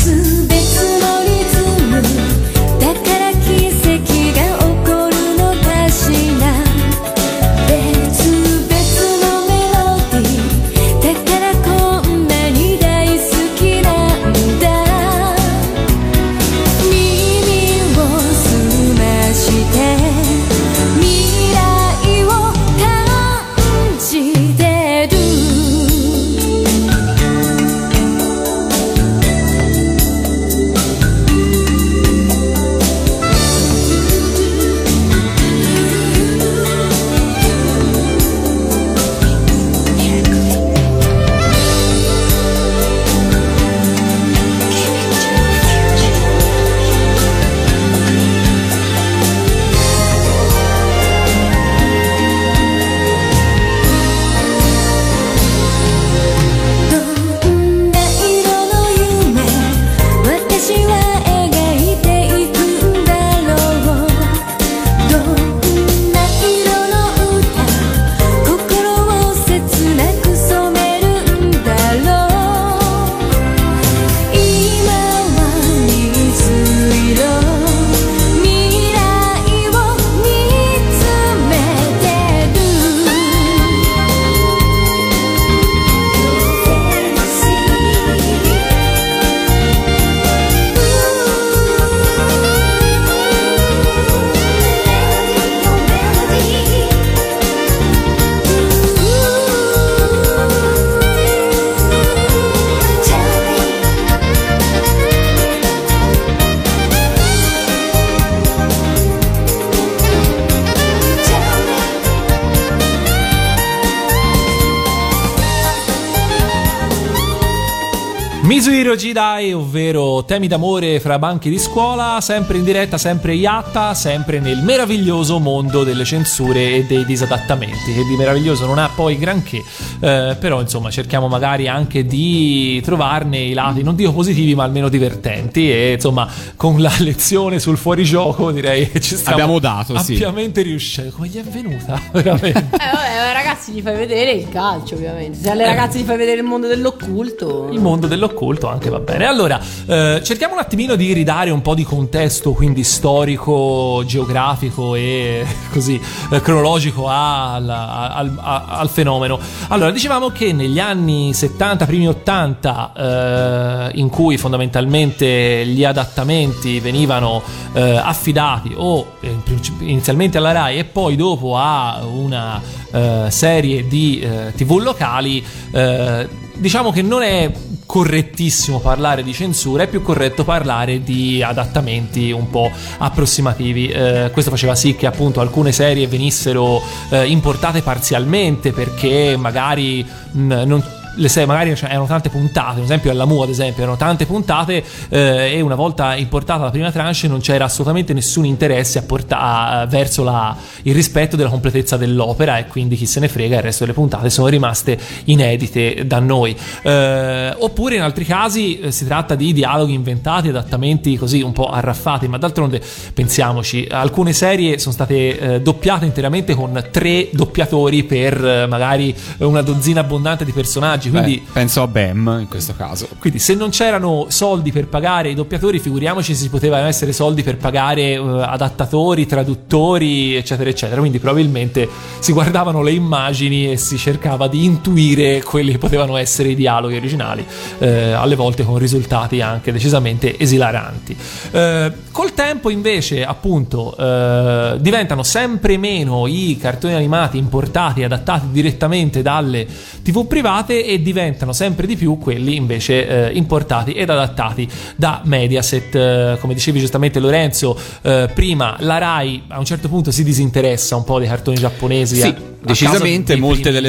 Mizuhiro Jidai, ovvero temi d'amore fra banchi di scuola, sempre in diretta, sempre Yatta, sempre nel meraviglioso mondo delle censure e dei disadattamenti, che di meraviglioso non ha poi granché, eh, però insomma cerchiamo magari anche di trovarne i lati, non dico positivi ma almeno divertenti, e insomma con la lezione sul fuorigioco direi che ci stiamo
abbiamo dato,
ampiamente
sì.
riuscendo. Come gli è venuta? Veramente.
Eh vabbè, ragazzi, gli fai vedere il calcio, ovviamente. Se alle ragazze gli fai vedere il mondo dell'occulto,
il mondo dell'occulto anche va bene. Allora, eh, cerchiamo un attimino di ridare un po' di contesto, quindi storico, geografico e così eh, cronologico al, al, al, al fenomeno. Allora, dicevamo che negli anni settanta, primi ottanta, eh, in cui fondamentalmente gli adattamenti venivano eh, affidati o eh, inizialmente alla Rai e poi dopo a una eh, serie di eh, tivù locali, eh, diciamo che non è correttissimo parlare di censura, è più corretto parlare di adattamenti un po' approssimativi. Eh, questo faceva sì che appunto alcune serie venissero eh, importate parzialmente, perché magari mh, non le serie magari erano tante puntate, ad esempio alla Mu ad esempio erano tante puntate, eh, e una volta importata la prima tranche non c'era assolutamente nessun interesse a portare verso la, il rispetto della completezza dell'opera, e quindi chi se ne frega, il resto delle puntate sono rimaste inedite da noi. Eh, oppure in altri casi eh, si tratta di dialoghi inventati, adattamenti così un po' arraffati, ma d'altronde pensiamoci, alcune serie sono state eh, doppiate interamente con tre doppiatori per eh, magari una dozzina abbondante di personaggi. Quindi,
Beh, penso a Bam in questo caso.
Quindi se non c'erano soldi per pagare i doppiatori, figuriamoci se si potevano essere soldi per pagare uh, adattatori, traduttori, eccetera eccetera. Quindi probabilmente si guardavano le immagini e si cercava di intuire quelli che potevano essere i dialoghi originali, eh, alle volte con risultati anche decisamente esilaranti. Eh, col tempo invece appunto eh, diventano sempre meno i cartoni animati importati e adattati direttamente dalle tivù private, e diventano sempre di più quelli invece eh, importati ed adattati da Mediaset. Eh, come dicevi giustamente Lorenzo, eh, prima la Rai a un certo punto si disinteressa un po' dei cartoni giapponesi.
Sì,
a,
decisamente
a
molte
primi.
delle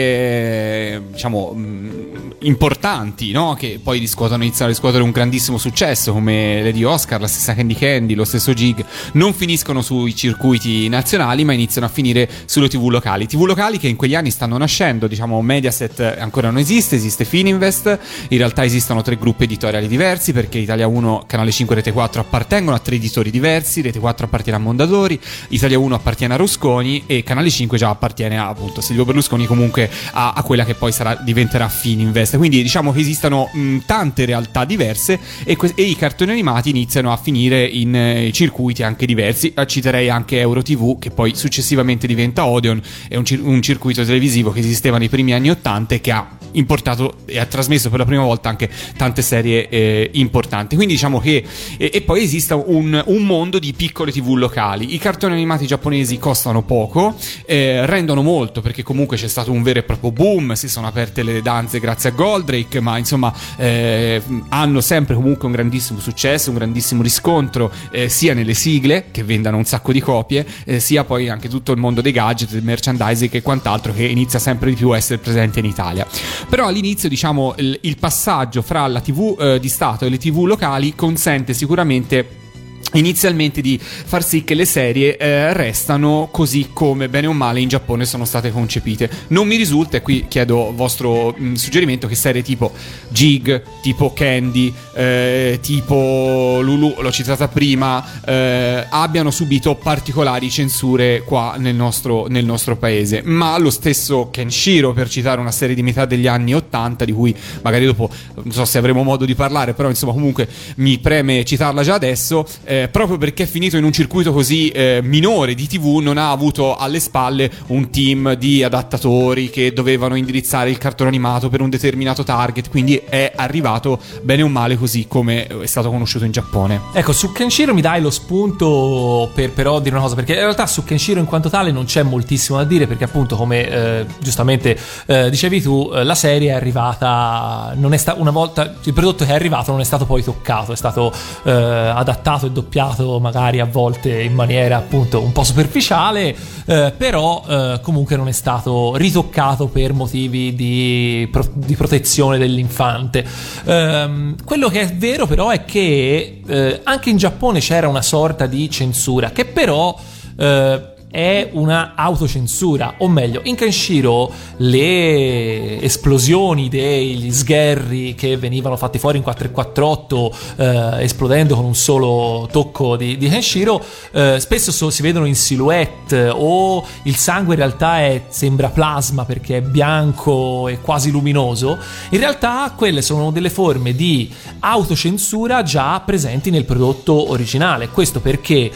serie, diciamo, mh, importanti, no? Che poi riscuotono, iniziano a riscuotere un grandissimo successo, come Lady Oscar, la stessa Candy Candy, lo stesso Gig, non finiscono sui circuiti nazionali ma iniziano a finire sulle tivù locali. Tivù locali che in quegli anni stanno nascendo, diciamo Mediaset ancora non esiste, esiste Fininvest, in realtà esistono tre gruppi editoriali diversi, perché Italia uno, Canale cinque e Rete quattro appartengono a tre editori diversi, Rete quattro appartiene a Mondadori, Italia uno appartiene a Rusconi e Canale cinque già appartiene a appunto Silvio Berlusconi, comunque a, a quella che poi sarà, diventerà Fininvest questa, quindi diciamo che esistano mh, tante realtà diverse e, que- e i cartoni animati iniziano a finire in eh, circuiti anche diversi. Eh, citerei anche EuroTV, che poi successivamente diventa Odeon, è un, cir- un circuito televisivo che esisteva nei primi anni ottanta e che ha importato e ha trasmesso per la prima volta anche tante serie eh, importanti. Quindi diciamo che e, e poi esiste un, un mondo di piccole tv locali. I cartoni animati giapponesi costano poco, eh, rendono molto, perché comunque c'è stato un vero e proprio boom, si sono aperte le danze grazie a Goldrake, ma insomma eh, hanno sempre comunque un grandissimo successo, un grandissimo riscontro, eh, sia nelle sigle che vendano un sacco di copie, eh, sia poi anche tutto il mondo dei gadget, del merchandising e quant'altro, che inizia sempre di più a essere presente in Italia. Però all'inizio, diciamo, il, il passaggio fra la tv eh, di Stato e le tv locali consente sicuramente inizialmente di far sì che le serie eh, restano così come bene o male in Giappone sono state concepite. Non mi risulta, e qui chiedo vostro mh, suggerimento, che serie tipo Jig, tipo Candy, eh, tipo Lulu, l'ho citata prima, eh, abbiano subito particolari censure qua nel nostro, nel nostro paese. Ma lo stesso Kenshiro, per citare una serie di metà degli anni ottanta, di cui magari dopo non so se avremo modo di parlare, però insomma comunque mi preme citarla già adesso, eh, proprio perché è finito in un circuito così eh, minore di tv, non ha avuto alle spalle un team di adattatori che dovevano indirizzare il cartone animato per un determinato target, quindi è arrivato bene o male così come è stato conosciuto in Giappone.
Ecco, su Kenshiro mi dai lo spunto per però dire una cosa, perché in realtà su Kenshiro in quanto tale non c'è moltissimo da dire, perché appunto come eh, giustamente eh, dicevi tu, eh, la serie è arrivata, non è sta- una volta il prodotto che è arrivato non è stato poi toccato, è stato eh, adattato e doppiato magari a volte in maniera appunto un po' superficiale, eh, però eh, comunque non è stato ritoccato per motivi di, pro- di protezione dell'infante. Eh, quello che è vero però è che eh, anche in Giappone c'era una sorta di censura che però eh, è una autocensura, o meglio, in Kenshiro le esplosioni degli sgherri che venivano fatti fuori in quattro e quarantotto eh, esplodendo con un solo tocco di, di Kenshiro eh, spesso so, si vedono in silhouette, o il sangue in realtà è, sembra plasma perché è bianco e quasi luminoso. In realtà quelle sono delle forme di autocensura già presenti nel prodotto originale. Questo perché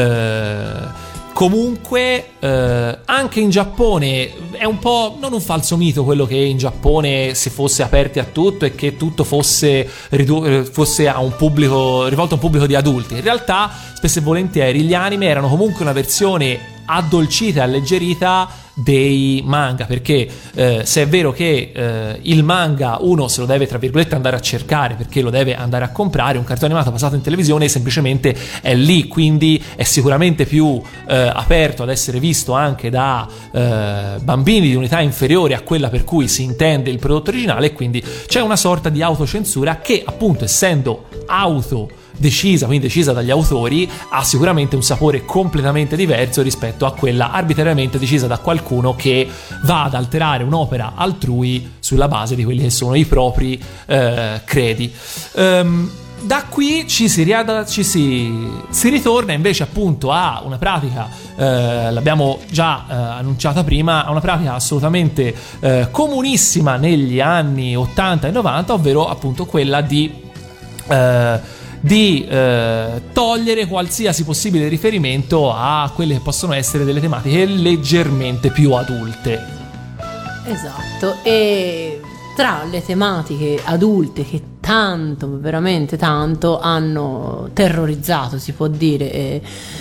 eh, comunque eh, anche in Giappone è un po' non un falso mito quello che in Giappone si fosse aperti a tutto e che tutto fosse, ridu- fosse a un pubblico rivolto a un pubblico di adulti. In realtà spesso e volentieri gli anime erano comunque una versione addolcita e alleggerita dei manga, perché eh, se è vero che eh, il manga uno se lo deve tra virgolette andare a cercare perché lo deve andare a comprare, un cartone animato passato in televisione semplicemente è lì, quindi è sicuramente più eh, aperto ad essere visto anche da eh, bambini di un'età inferiore a quella per cui si intende il prodotto originale, e quindi c'è una sorta di autocensura che appunto essendo auto decisa, quindi decisa dagli autori, ha sicuramente un sapore completamente diverso rispetto a quella arbitrariamente decisa da qualcuno che va ad alterare un'opera altrui sulla base di quelli che sono i propri eh, credi. Um, da qui ci si, riada, ci si, si ritorna invece appunto a una pratica, eh, l'abbiamo già eh, annunciata prima, a una pratica assolutamente eh, comunissima negli anni ottanta e novanta, ovvero appunto quella di eh, di eh, togliere qualsiasi possibile riferimento a quelle che possono essere delle tematiche leggermente più adulte.
Esatto, e tra le tematiche adulte che tanto, veramente tanto hanno terrorizzato, si può dire, eh,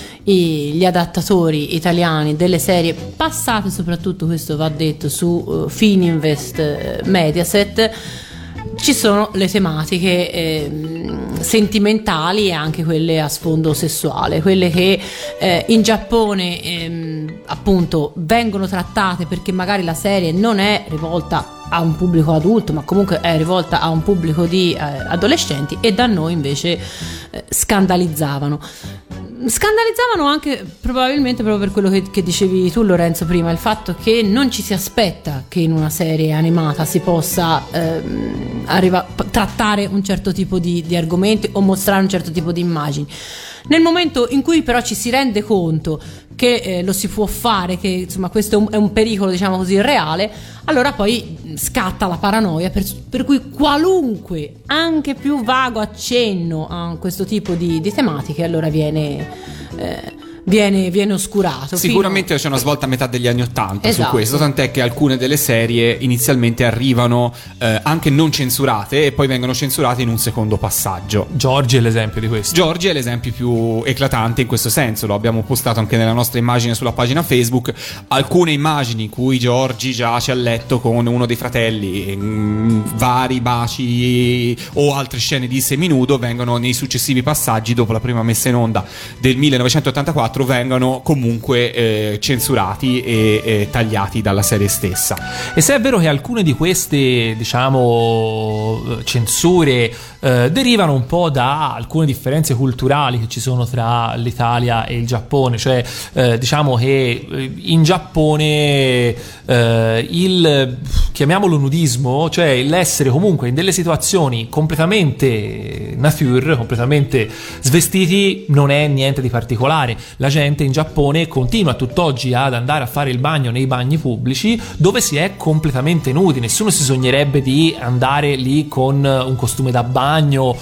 gli adattatori italiani delle serie passate, soprattutto questo va detto su uh, Fininvest uh, Mediaset, ci sono le tematiche eh, sentimentali e anche quelle a sfondo sessuale, quelle che eh, in Giappone eh, appunto vengono trattate perché magari la serie non è rivolta a un pubblico adulto, ma comunque è rivolta a un pubblico di eh, adolescenti, e da noi invece eh, scandalizzavano. Scandalizzavano anche probabilmente proprio per quello che, che dicevi tu, Lorenzo, prima, il fatto che non ci si aspetta che in una serie animata si possa ehm, arriva, trattare un certo tipo di, di argomenti o mostrare un certo tipo di immagini. Nel momento in cui però ci si rende conto che eh, lo si può fare, che insomma questo è un, è un pericolo, diciamo così, reale, allora poi scatta la paranoia, per, per cui qualunque anche più vago accenno a questo tipo di, di tematiche allora viene eh, Viene, viene oscurato.
Sicuramente
fino...
c'è una svolta a metà degli anni Ottanta,
esatto,
su questo, tant'è che alcune delle serie inizialmente arrivano eh, anche non censurate e poi vengono censurate in un secondo passaggio.
Giorgi è l'esempio di questo.
Giorgi è l'esempio più eclatante in questo senso, lo abbiamo postato anche nella nostra immagine sulla pagina Facebook. Alcune immagini in cui Giorgi giace a letto con uno dei fratelli, mh, vari baci o altre scene di seminudo vengono nei successivi passaggi, dopo la prima messa in onda del millenovecentottantaquattro, vengano comunque eh, censurati e eh, tagliati dalla serie stessa.
E se è vero che alcune di queste, diciamo, censure eh, derivano un po' da alcune differenze culturali che ci sono tra l'Italia e il Giappone, cioè eh, diciamo che in Giappone eh, il, chiamiamolo nudismo, cioè l'essere comunque in delle situazioni completamente nature, completamente svestiti, non è niente di particolare. La gente in Giappone continua tutt'oggi ad andare a fare il bagno nei bagni pubblici dove si è completamente nudi. Nessuno si sognerebbe di andare lì con un costume da bagno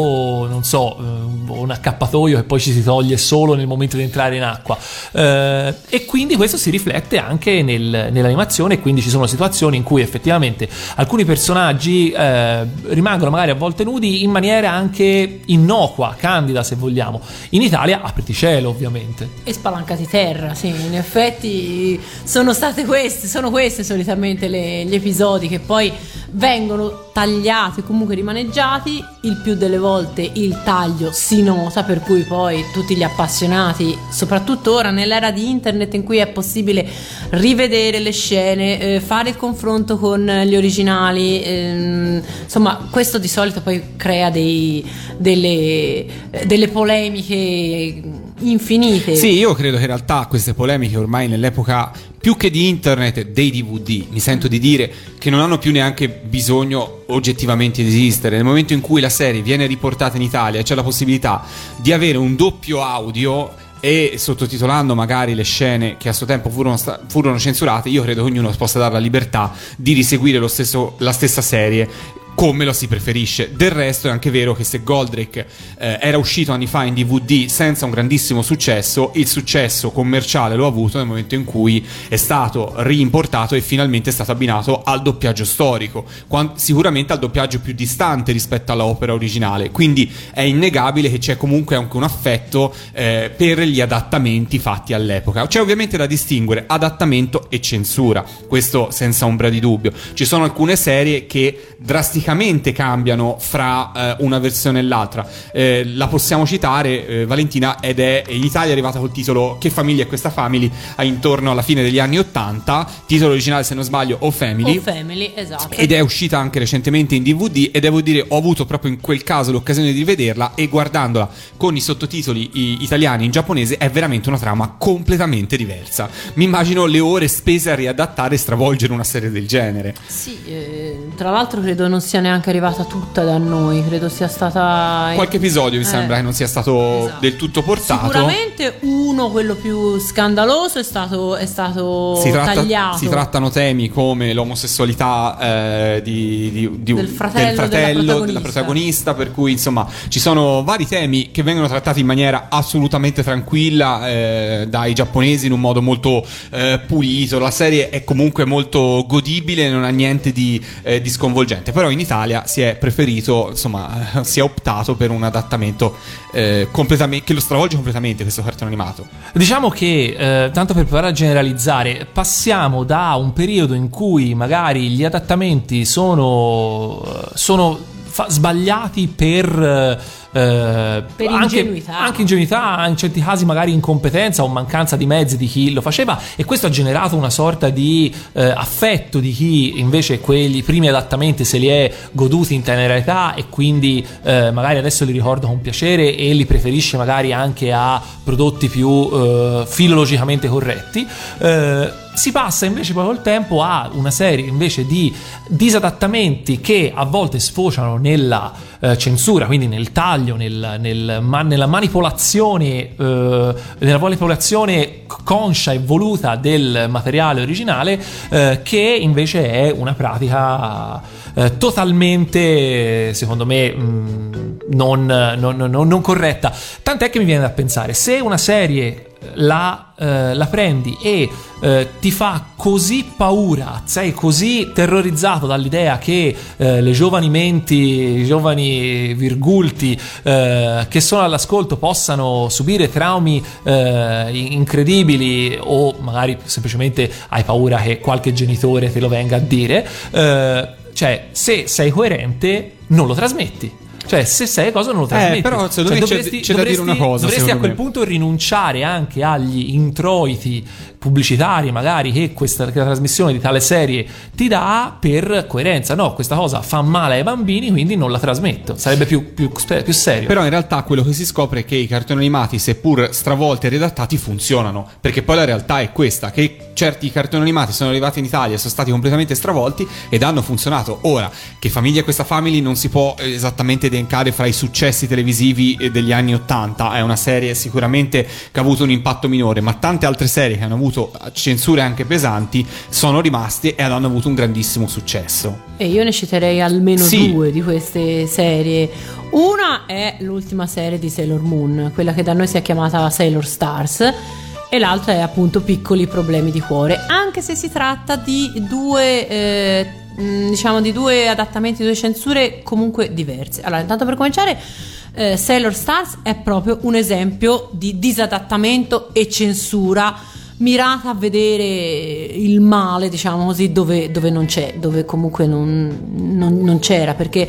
o non so, un accappatoio che poi ci si toglie solo nel momento di entrare in acqua, eh, e quindi questo si riflette anche nel, nell'animazione. Quindi ci sono situazioni in cui effettivamente alcuni personaggi eh, rimangono magari a volte nudi in maniera anche innocua, candida se vogliamo. In Italia apriti cielo, ovviamente.
E spalancati terra, sì, in effetti sono state queste, sono queste solitamente le, gli episodi che poi vengono tagliati, comunque rimaneggiati. Il più delle volte il taglio si nota, per cui poi tutti gli appassionati, soprattutto ora nell'era di internet in cui è possibile rivedere le scene, eh, fare il confronto con gli originali, ehm, insomma questo di solito poi crea dei, delle, delle polemiche infinite.
Sì, io credo che in realtà queste polemiche ormai nell'epoca più che di internet, dei D V D, mi sento di dire che non hanno più neanche bisogno oggettivamente di esistere. Nel momento in cui la serie viene riportata in Italia e c'è la possibilità di avere un doppio audio e sottotitolando magari le scene che a suo tempo furono, sta- furono censurate, io credo che ognuno possa dare la libertà di riseguire lo stesso, la stessa serie come lo si preferisce. Del resto è anche vero che se Goldrake eh, era uscito anni fa in D V D senza un grandissimo successo, il successo commerciale lo ha avuto nel momento in cui è stato riimportato e finalmente è stato abbinato al doppiaggio storico, quando, sicuramente al doppiaggio più distante rispetto all'opera originale. Quindi è innegabile che c'è comunque anche un affetto eh, per gli adattamenti fatti all'epoca. C'è ovviamente da distinguere adattamento e censura, questo senza ombra di dubbio. Ci sono alcune serie che drasticamente cambiano fra eh, una versione e l'altra. Eh, la possiamo citare, eh, Valentina, ed è in Italia è arrivata col titolo Che famiglia è questa family, a intorno alla fine degli anni ottanta, titolo originale se non sbaglio O Family,
O Family, esatto,
ed è uscita anche recentemente in D V D, e devo dire ho avuto proprio in quel caso l'occasione di vederla, e guardandola con i sottotitoli i- italiani in giapponese è veramente una trama completamente diversa. Mi immagino le ore spese a riadattare e stravolgere una serie del genere.
sì, eh, tra l'altro credo non sia neanche arrivata tutta da noi, credo sia stata
Qualche episodio mi
eh,
sembra che non sia stato
esatto.
del tutto portato.
Sicuramente uno, quello più scandaloso, è stato, è stato
si, tratta,
tagliato.
si trattano temi come l'omosessualità eh, di, di, di,
del fratello,
del fratello
della, protagonista.
della protagonista, per cui insomma ci sono vari temi che vengono trattati in maniera assolutamente tranquilla eh, dai giapponesi, in un modo molto eh, pulito. La serie è comunque molto godibile, non ha niente di, eh, di sconvolgente, però in Italia si è preferito, insomma, si è optato per un adattamento eh, completamente, che lo stravolge completamente questo cartone animato.
Diciamo che, eh, tanto per provare a generalizzare, passiamo da un periodo in cui magari gli adattamenti sono, sono fa- sbagliati per... Eh,
Per
anche,
ingenuità.
anche ingenuità, in certi casi magari incompetenza o mancanza di mezzi di chi lo faceva, e questo ha generato una sorta di eh, affetto di chi invece quegli primi adattamenti se li è goduti in tenera età e quindi eh, magari adesso li ricorda con piacere e li preferisce magari anche a prodotti più eh, filologicamente corretti. eh, si passa invece poi col tempo a una serie invece di disadattamenti che a volte sfociano nella eh, censura, quindi nel taglio, nel, nel, ma, nella manipolazione eh, nella manipolazione conscia e voluta del materiale originale, eh, che invece è una pratica eh, totalmente, secondo me, mh, non, non, non, non corretta. Tant'è che mi viene da pensare, se una serie la, eh, la prendi e eh, ti fa così paura, sei così terrorizzato dall'idea che eh, le giovani menti, i giovani virgulti eh, che sono all'ascolto possano subire traumi eh, incredibili, o magari semplicemente hai paura che qualche genitore te lo venga a dire, eh, cioè se sei coerente non lo trasmetti. Cioè, se sei cosa non lo trasmetti.
Eh, però secondo
cioè,
me
dovresti,
c'è, c'è da dire una cosa.
Dovresti a quel
me.
punto rinunciare anche agli introiti pubblicitari, magari, che questa che la trasmissione di tale serie ti dà, per coerenza. No, questa cosa fa male ai bambini, quindi non la trasmetto. Sarebbe più, più, più serio.
Però in realtà quello che si scopre è che i cartoni animati, seppur stravolti e redattati, funzionano. Perché poi la realtà è questa, che certi cartoni animati sono arrivati in Italia, sono stati completamente stravolti ed hanno funzionato. Ora, che Famiglia è questa Family non si può esattamente elencare fra i successi televisivi degli anni ottanta, è una serie sicuramente che ha avuto un impatto minore, ma tante altre serie che hanno avuto censure anche pesanti sono rimaste e hanno avuto un grandissimo successo.
E io ne citerei almeno
sì.
due di queste serie. Una è l'ultima serie di Sailor Moon, quella che da noi si è chiamata Sailor Stars, e l'altra è appunto Piccoli problemi di cuore, anche se si tratta di due eh, diciamo di due adattamenti, due censure comunque diverse. Allora, intanto per cominciare, eh, Sailor Stars è proprio un esempio di disadattamento e censura mirata a vedere il male, diciamo così, dove, dove non c'è, dove comunque non, non, non c'era, perché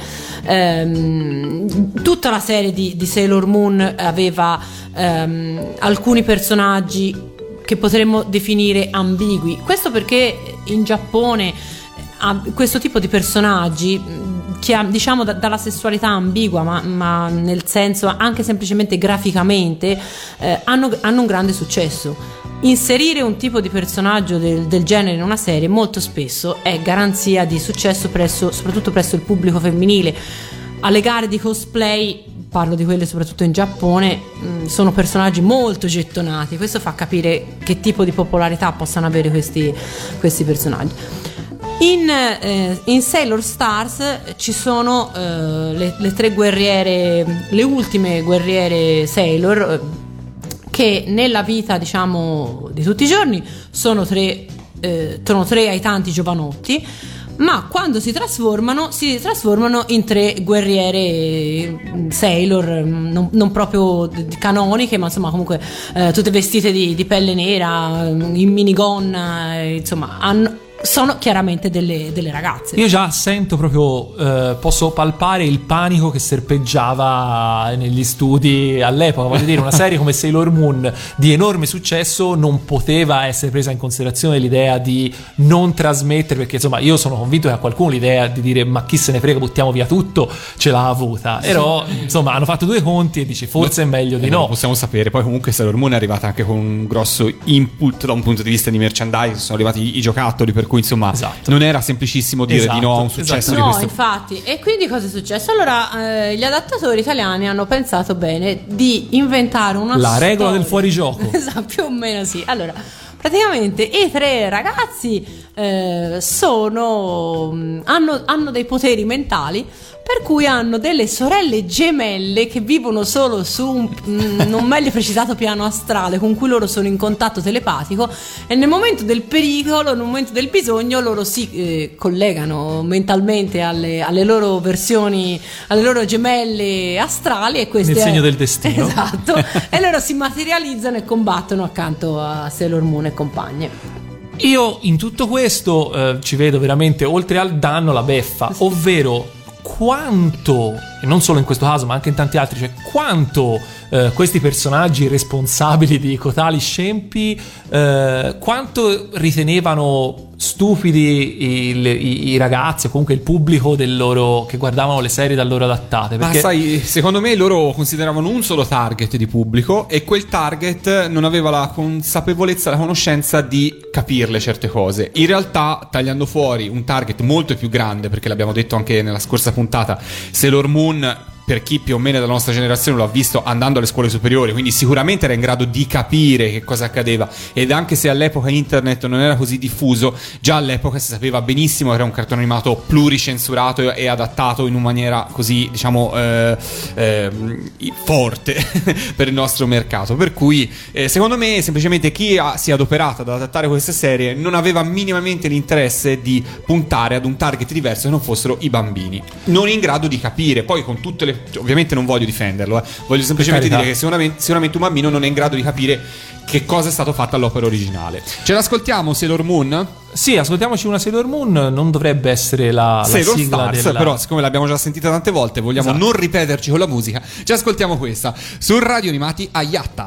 ehm, tutta la serie di, di Sailor Moon aveva ehm, alcuni personaggi che potremmo definire ambigui. Questo perché in Giappone a questo tipo di personaggi, che ha, diciamo da, dalla sessualità ambigua, ma, ma nel senso anche semplicemente graficamente, eh, hanno, hanno un grande successo. Inserire un tipo di personaggio del, del genere in una serie molto spesso è garanzia di successo presso, soprattutto presso il pubblico femminile. Alle gare di cosplay, parlo di quelle soprattutto in Giappone, mh, sono personaggi molto gettonati. Questo fa capire che tipo di popolarità possano avere questi, questi personaggi. In, eh, in Sailor Stars ci sono eh, le, le tre guerriere, le ultime guerriere Sailor, che nella vita, diciamo, di tutti i giorni sono tre, eh, sono tre ai tanti giovanotti, ma quando si trasformano si trasformano in tre guerriere Sailor, non, non proprio canoniche, ma insomma comunque eh, tutte vestite di, di pelle nera, in minigonna, eh, insomma hanno, sono chiaramente delle, delle ragazze.
Io già sento proprio, eh, posso palpare il panico che serpeggiava negli studi all'epoca. Voglio dire, una serie come Sailor Moon di enorme successo non poteva essere presa in considerazione l'idea di non trasmettere, perché insomma io sono convinto che a qualcuno l'idea di dire ma chi se ne frega, buttiamo via tutto, ce l'ha avuta. Però insomma hanno fatto due conti e dici forse è meglio di
eh,
no.
Non possiamo sapere. Poi comunque Sailor Moon è arrivata anche con un grosso input da un punto di vista di merchandising, sono arrivati i, i giocattoli, per cui insomma
esatto.
non era semplicissimo dire
esatto,
di no a un successo
esatto.
di
No,
questo.
infatti. E quindi cosa è successo? Allora eh, gli adattatori italiani hanno pensato bene di inventare una
la
storia.
regola del fuorigioco.
Esatto, più o meno sì. Allora, praticamente i tre ragazzi eh, sono hanno, hanno dei poteri mentali, per cui hanno delle sorelle gemelle che vivono solo su un non meglio precisato piano astrale, con cui loro sono in contatto telepatico, e nel momento del pericolo, nel momento del bisogno, loro si eh, collegano mentalmente alle, alle loro versioni, alle loro gemelle astrali, e queste
nel segno
è,
del destino.
esatto, e loro si materializzano e combattono accanto a Sailor Moon e compagnie.
Io in tutto questo eh, ci vedo veramente, oltre al danno, la beffa, ovvero quanto e non solo in questo caso ma anche in tanti altri, cioè quanto eh, questi personaggi responsabili di cotali scempi eh, quanto ritenevano stupidi il, i, i ragazzi o comunque il pubblico del loro, che guardavano le serie da loro adattate. Perché...
Ma sai, secondo me loro consideravano un solo target di pubblico e quel target non aveva la consapevolezza, la conoscenza di capirle certe cose. In realtà, tagliando fuori un target molto più grande, perché l'abbiamo detto anche nella scorsa puntata, Sailor Moon, per chi più o meno della nostra generazione lo ha visto andando alle scuole superiori, quindi sicuramente era in grado di capire che cosa accadeva, ed anche se all'epoca internet non era così diffuso, già all'epoca si sapeva benissimo che era un cartone animato pluricensurato e adattato in una maniera così, diciamo, eh, eh, forte per il nostro mercato, per cui eh, secondo me semplicemente chi ha, si è adoperato ad adattare queste serie non aveva minimamente l'interesse di puntare ad un target diverso che non fossero i bambini, non in grado di capire. Poi con tutte le, ovviamente non voglio difenderlo, eh. voglio semplicemente dire che sicuramente, sicuramente un bambino non è in grado di capire che cosa è stato fatto all'opera originale. Ce l'ascoltiamo Sailor Moon?
Sì, ascoltiamoci una Sailor Moon, non dovrebbe essere la, la
Sailor
sigla
Stars,
della...
però siccome l'abbiamo già sentita tante volte vogliamo
esatto.
non ripeterci con la musica, ci ascoltiamo questa su Radio Animati Ayatta.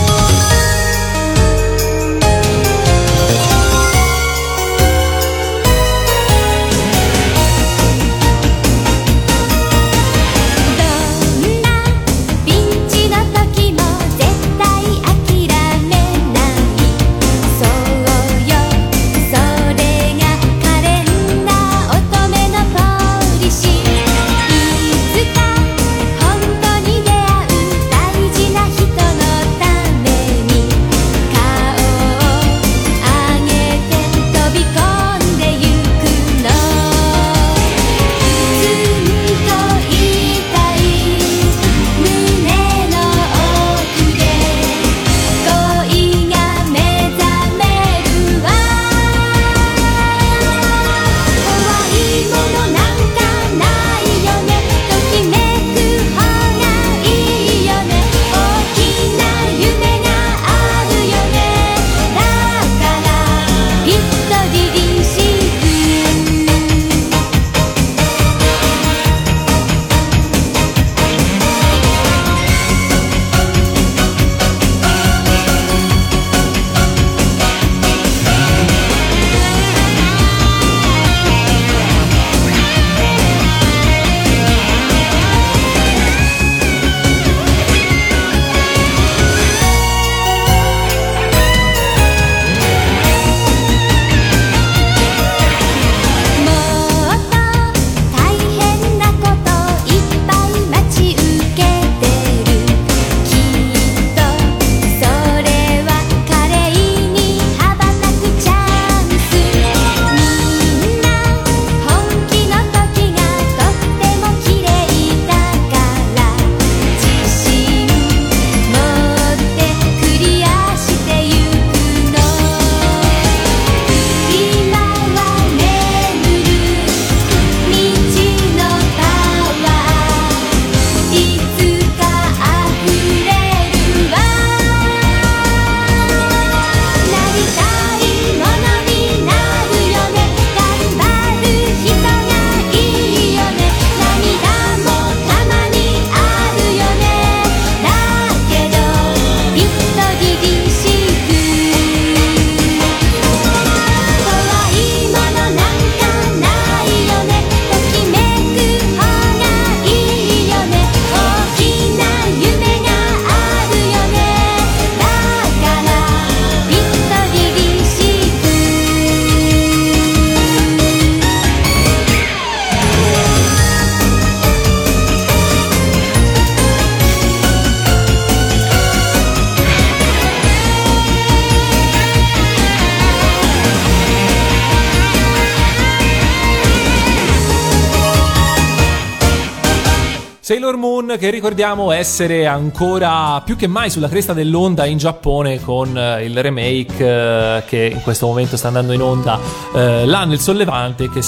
Sailor Moon, che ricordiamo essere ancora più che mai sulla cresta dell'onda in Giappone con eh, il remake eh, che in questo momento sta andando in onda, eh, l'anno il sollevante, che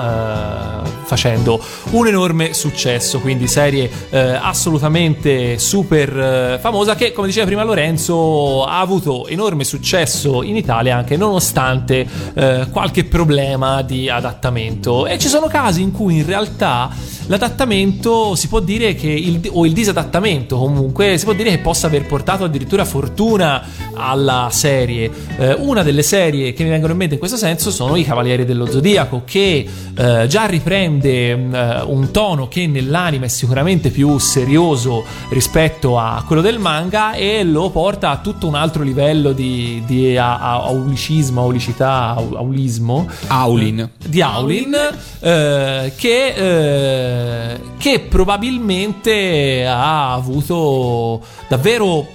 sta eh, facendo un enorme successo, quindi serie eh, assolutamente super eh, famosa, che come diceva prima Lorenzo ha avuto enorme successo in Italia anche nonostante eh, qualche problema di adattamento, e ci sono casi in cui in realtà l'adattamento si può dire che il, o il disadattamento comunque si può dire che possa aver portato addirittura fortuna alla serie. Eh, una delle serie che mi vengono in mente in questo senso sono i Cavalieri dello Zodiaco, che eh, già riprende eh, un tono che nell'anime è sicuramente più serioso rispetto a quello del manga e lo porta a tutto un altro livello di, di a, a, aulicismo, aulicità, au, aulismo
Aulin
di Aulin, eh, che, eh, che probabilmente ha avuto davvero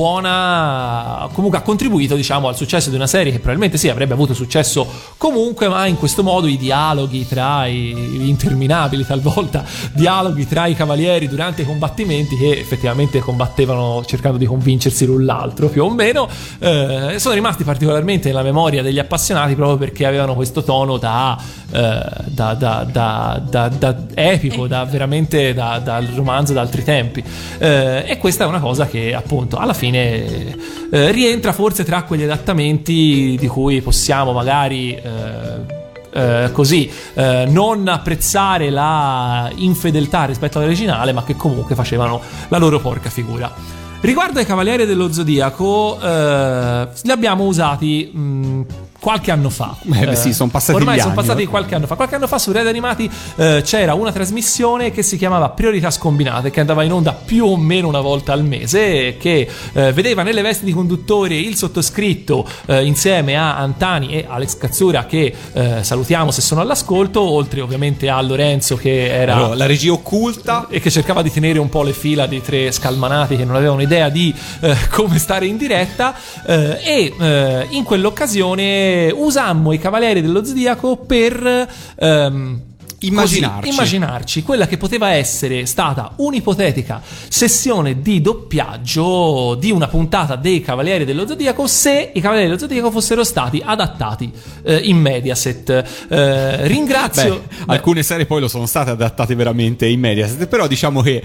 buona, comunque ha contribuito, diciamo, al successo di una serie che probabilmente sì avrebbe avuto successo comunque, ma in questo modo i dialoghi tra i, gli interminabili talvolta dialoghi tra i cavalieri durante i combattimenti, che effettivamente combattevano cercando di convincersi l'un l'altro più o meno, eh, sono rimasti particolarmente nella memoria degli appassionati proprio perché avevano questo tono da eh, da, da, da, da, da epico, da veramente da, dal romanzo d'altri tempi, eh, e questa è una cosa che appunto alla fine eh, rientra forse tra quegli adattamenti di cui possiamo magari eh, eh, così eh, non apprezzare la infedeltà rispetto all'originale, ma che comunque facevano la loro porca figura. Riguardo ai Cavalieri dello Zodiaco, eh, li abbiamo usati mh, qualche anno fa.
Eh, beh, sì, sono passati
ormai
gli
sono
anni,
passati
no?
qualche anno fa. Qualche anno fa su Red Animati eh, c'era una trasmissione che si chiamava Priorità Scombinate, che andava in onda più o meno una volta al mese e che eh, vedeva nelle vesti di conduttore il sottoscritto eh, insieme a Antani e Alex Cazzura, che eh, salutiamo se sono all'ascolto, oltre ovviamente a Lorenzo che era
allora, la regia occulta
e che cercava di tenere un po' le fila di tre scalmanati che non avevano idea di eh, come stare in diretta, eh, e eh, in quell'occasione usammo i Cavalieri dello Zodiaco per ehm,
immaginarci.
Così, immaginarci quella che poteva essere stata un'ipotetica sessione di doppiaggio di una puntata dei Cavalieri dello Zodiaco se i Cavalieri dello Zodiaco fossero stati adattati eh, in Mediaset. Eh, ringrazio
Beh, beh, alcune serie poi lo sono state adattate veramente in Mediaset, però diciamo che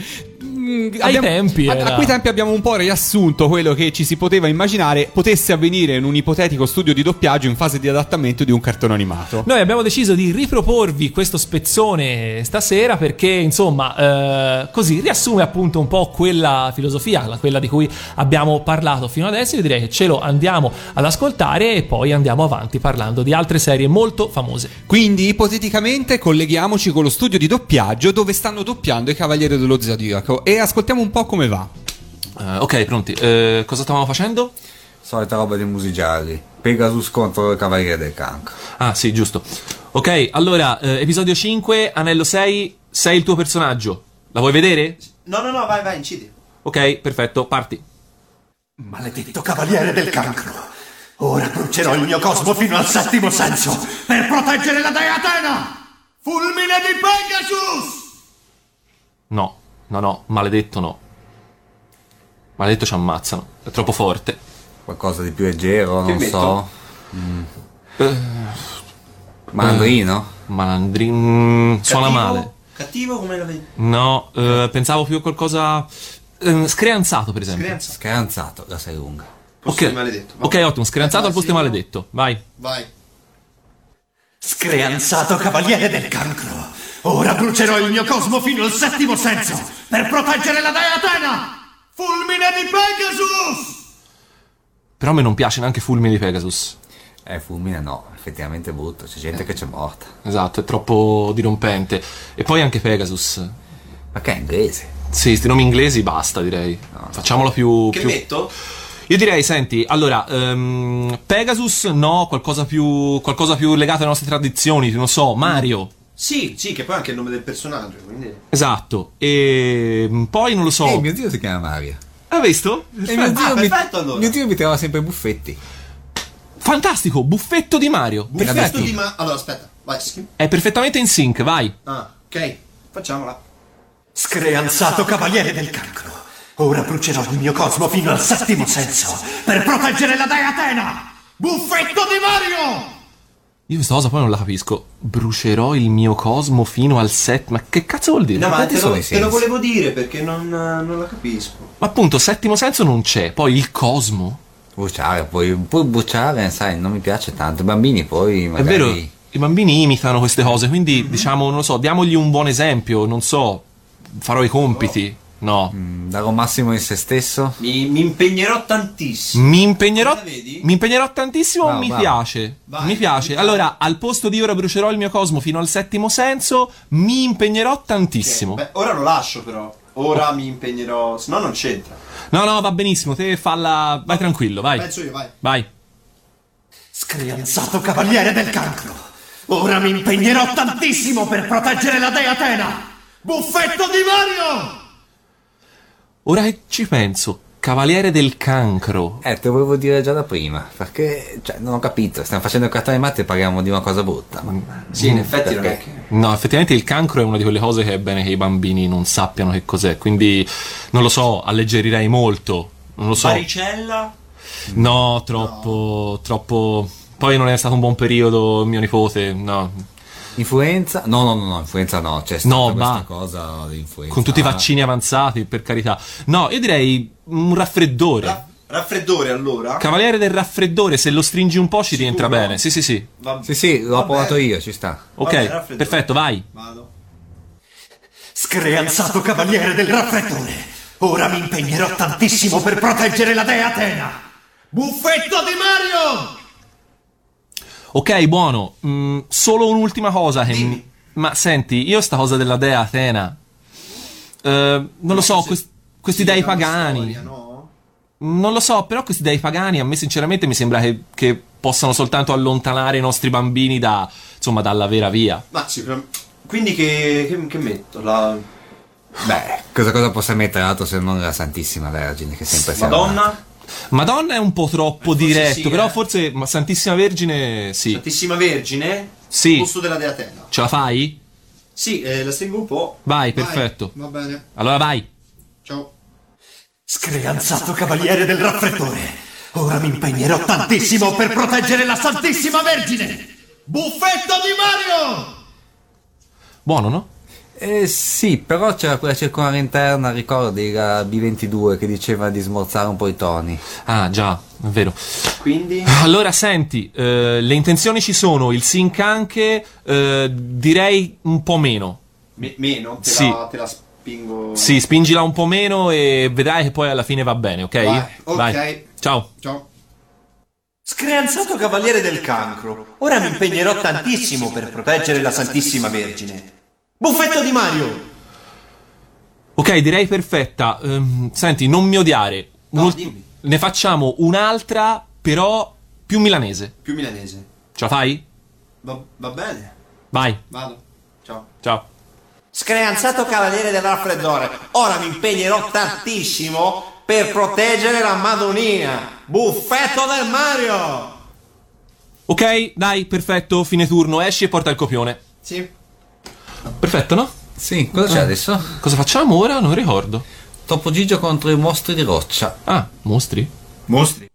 ai
abbiamo,
tempi
a,
era...
a quei tempi abbiamo un po' riassunto quello che ci si poteva immaginare potesse avvenire in un ipotetico studio di doppiaggio in fase di adattamento di un cartone animato.
Noi abbiamo deciso di riproporvi questo spezzone stasera perché insomma eh, così riassume appunto un po' quella filosofia, quella di cui abbiamo parlato fino adesso. Io direi che ce lo andiamo ad ascoltare e poi andiamo avanti parlando di altre serie molto famose.
Quindi ipoteticamente colleghiamoci con lo studio di doppiaggio dove stanno doppiando i Cavalieri dello Zodiaco e ascoltiamo un po' come va.
Uh, ok, pronti. Uh, cosa stavamo facendo?
Solita roba dei musigiali. Pegasus contro il Cavaliere del Cancro.
Ah, sì, giusto. Ok, allora, uh, episodio cinque, Anello sei, sei il tuo personaggio. La vuoi vedere?
No, no, no, vai, vai, incidi.
Ok, perfetto, parti.
Maledetto Cavaliere del Cancro. Ora brucerò il mio cosmo fino al settimo senso per proteggere la dea Atena! Fulmine di Pegasus!
No, no, no, maledetto no. Maledetto ci ammazzano, è troppo forte.
Qualcosa di più leggero, non
metto?
so. Mm.
Uh,
Malandrino?
Malandrino. Mm, suona
Cattivo?
male.
Cattivo come lo vedi?
No, uh, pensavo più a qualcosa. Uh, screanzato, per esempio.
Screanzato.
Scanzato, la sei lunga.
Posto
Ok,
di maledetto.
ok, ottimo. Screanzato
Vai,
al posto di
sì.
maledetto. Vai.
Vai.
Screanzato Cavaliere del Cancro. Ora brucerò il mio cosmo fino al settimo senso per proteggere la dea Atena! Fulmine di Pegasus!
Però a me non piace neanche Fulmine di Pegasus.
Eh, fulmine no, effettivamente è brutto, c'è gente che c'è morta.
Esatto, è troppo dirompente. E poi anche Pegasus.
Ma che è inglese?
Sì, sti nomi inglesi basta, direi.
No.
Facciamolo più.
Che
più...
metto?
Io direi, senti, allora, um, Pegasus no, qualcosa più, qualcosa più legato alle nostre tradizioni, non so, Mario.
Sì, sì, che poi è anche il nome del personaggio, quindi...
Esatto. E mm, poi non lo so.
Eh, mio zio si chiama Mario.
Hai visto?
E mio zio,
Ah,
mi,
perfetto, allora.
mio zio mi tirava sempre i buffetti.
Fantastico, buffetto di Mario.
Buffetto
Perfetto.
di ma... Allora, aspetta, vai. sch-
È perfettamente in sync, vai.
Ah, ok, facciamola.
Screanzato Cavaliere del Cancro. Ora brucerò il mio cosmo fino al settimo senso per proteggere la dea Atena! Buffetto di Mario!
Io questa cosa poi non la capisco. Brucerò il mio cosmo fino al set. Ma che cazzo vuol dire?
No, ma
quanti
te
sono
lo,
i
te lo
sensi?
volevo dire perché non, non la capisco.
Ma appunto, settimo senso non c'è. Poi il cosmo.
Bruciare, poi, poi bruciare, sai, non mi piace tanto. I bambini poi magari...
vero.
i bambini imitano queste cose, quindi mm-hmm. diciamo, non lo so, diamogli un buon esempio, non so, farò i compiti. No.
Mm, darò massimo in se stesso.
Mi, mi impegnerò tantissimo.
Mi impegnerò, mi impegnerò tantissimo.
Bravo,
mi
bravo.
piace.
Vai,
mi piace. Allora, al posto di ora brucerò il mio cosmo fino al settimo senso, mi impegnerò tantissimo.
Okay, beh, ora lo lascio però. Ora oh. mi impegnerò, se no non c'entra.
No, no, va benissimo. Te falla. Vai tranquillo, vai.
Penso io, vai.
Vai.
Screanzato cavaliere del cancro, ora mi impegnerò tantissimo per proteggere la dea Atena. Buffetto di Mario!
Ora che ci penso, cavaliere del cancro.
Eh, te lo volevo dire già da prima, perché, cioè, non ho capito, stiamo facendo il cartone animato e parliamo di una cosa brutta. Ma...
Sì, in effetti non è
perché?
che...
No, effettivamente il cancro è una di quelle cose che è bene che i bambini non sappiano che cos'è, quindi, non lo so, alleggerirei molto. Non lo so.
Varicella?
No, troppo, no. troppo... Poi non è stato un buon periodo mio nipote, no...
Influenza? No, no, no, no, influenza no, c'è stata
no,
questa
ma
cosa di influenza.
con tutti i vaccini avanzati, per carità. No, io direi un raffreddore.
Ra- raffreddore allora?
Cavaliere del raffreddore, se lo stringi un po' ci
Sicuro?
rientra bene. Sì, sì, sì.
Va-
Sì, sì, l'ho
Vabbè.
provato io, ci sta.
Ok,
Vabbè,
perfetto, vai.
Vado.
Screanzato cavaliere del raffreddore, ora mi impegnerò tantissimo per proteggere la dea Atena. Buffetto di Mario!
Ok, buono. Mm, solo un'ultima cosa che...
Dimmi.
Ma senti, io sta cosa della dea Atena... eh, non lo so,
se-
quest- questi
sì,
dei
è una
pagani...
storia, no?
Non lo so, però questi dei pagani a me sinceramente mi sembra che, che possano soltanto allontanare i nostri bambini da, insomma, dalla vera via.
Ma sicuramente. Quindi che, che, che metto? La
Beh, cosa cosa possa mettere altro se non la Santissima Vergine, che sempre sia
Madonna?
Madonna è un po' troppo
Forse
diretto,
sì,
però
eh.
forse ma Santissima Vergine sì.
Santissima Vergine?
Sì.
Al posto della dea Atena.
Ce la fai?
Sì, eh, la stringo un po'.
Vai, perfetto.
Va bene.
Allora vai.
Ciao.
Screanzato cavaliere del raffreddore, ora mi impegnerò tantissimo per proteggere la Santissima Vergine. Buffetto di Mario!
Buono, no?
Eh sì, però c'era quella circolare interna, ricordi, la B ventidue, che diceva di smorzare un po' i toni.
Ah, già, è vero.
Quindi?
Allora, senti, eh, le intenzioni ci sono, il sync anche, eh, direi un po' meno.
Me- meno? Te,
Sì.
la, te la spingo.
Sì, spingila un po' meno e vedrai che poi alla fine va bene, ok?
Vai, ok.
Vai. Ciao.
Ciao.
Screanzato cavaliere del cancro, ora mi impegnerò tantissimo per proteggere la Santissima Vergine. Buffetto di Mario!
Ok, direi perfetta. Ehm, senti, non mi odiare.
No,
Un'ult-
dimmi.
ne facciamo un'altra, però più milanese.
Più milanese.
Ce la fai?
Va, va bene.
Vai.
Vado. Ciao.
Ciao.
Screanzato cavaliere del raffreddore, ora mi impegnerò tantissimo per proteggere la Madonnina. Buffetto del Mario!
Ok, dai, perfetto, fine turno, esci e porta il copione.
Sì.
Perfetto, no?
Sì, cosa c'è
Ah.
adesso?
Cosa facciamo ora? Non ricordo.
Topo Gigio contro i mostri di roccia.
Ah, mostri?
Mostri.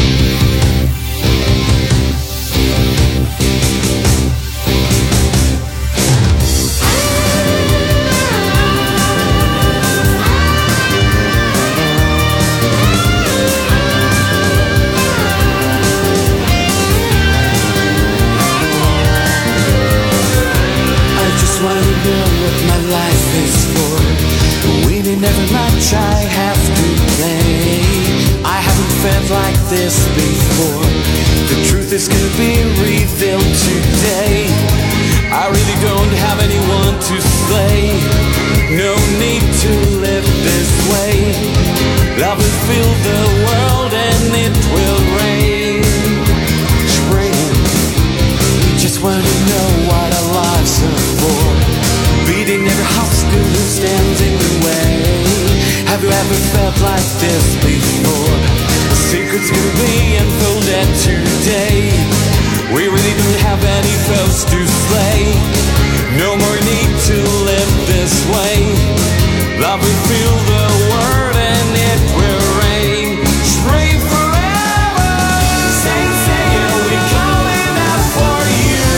I have to play. I haven't felt like this before. The truth is gonna be revealed today. I really don't have anyone to slay. No need to live this way. Love will fill the world and it will rain. Spring. We just wanna know what our lives are for. Beating every obstacle who stands in the way. Have you ever felt like this before? Secrets gonna be unfolded today. We really don't have any foes to slay. No more need to live this way. Love will fill the world and it will rain. Spring forever. Saint Seiya, we're calling out for you.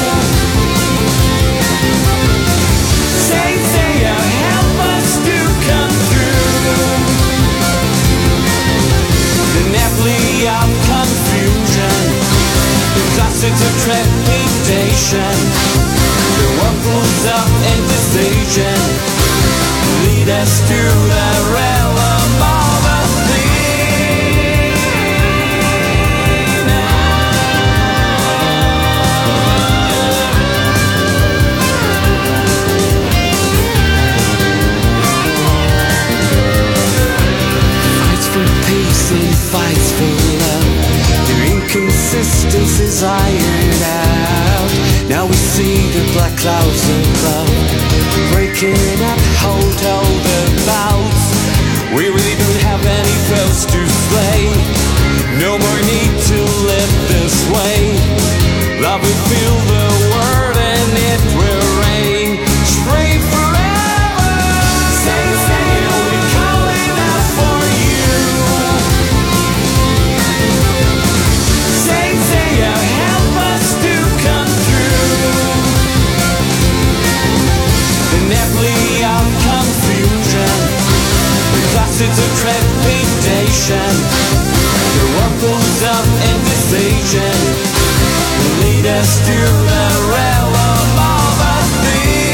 Saint Seiya, help us to come through. The nebulae of confusion is us classics of trepidation. The world pulls up indecision. Lead us to the realm of Athena. Fights for peace and fights for love. Their inconsistencies ironed out. Now we see the black clouds above, breaking up, hold, hold about. We really don't have any foes to slay. No more need to live this way. Love will fill the world and it will rain. Spring forever. Say, say, we're calling out for you. Say, say, help us to come through. The nebulae of confusion, the classics of trepidation, the whirlpools of indecision, lead us to the realm of Athena.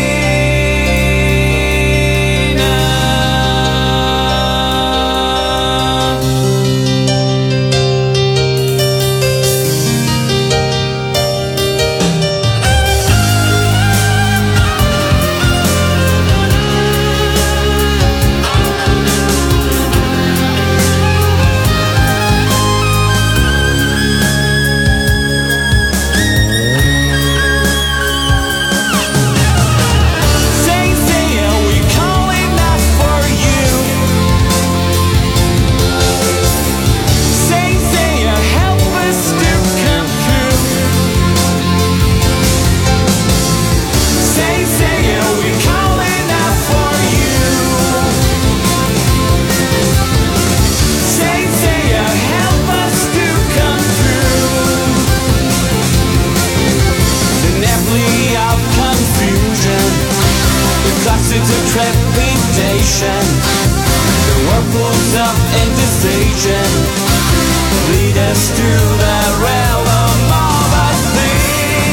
Classics of trepidation, the whirlpools of indecision, lead us to the realm of Athena.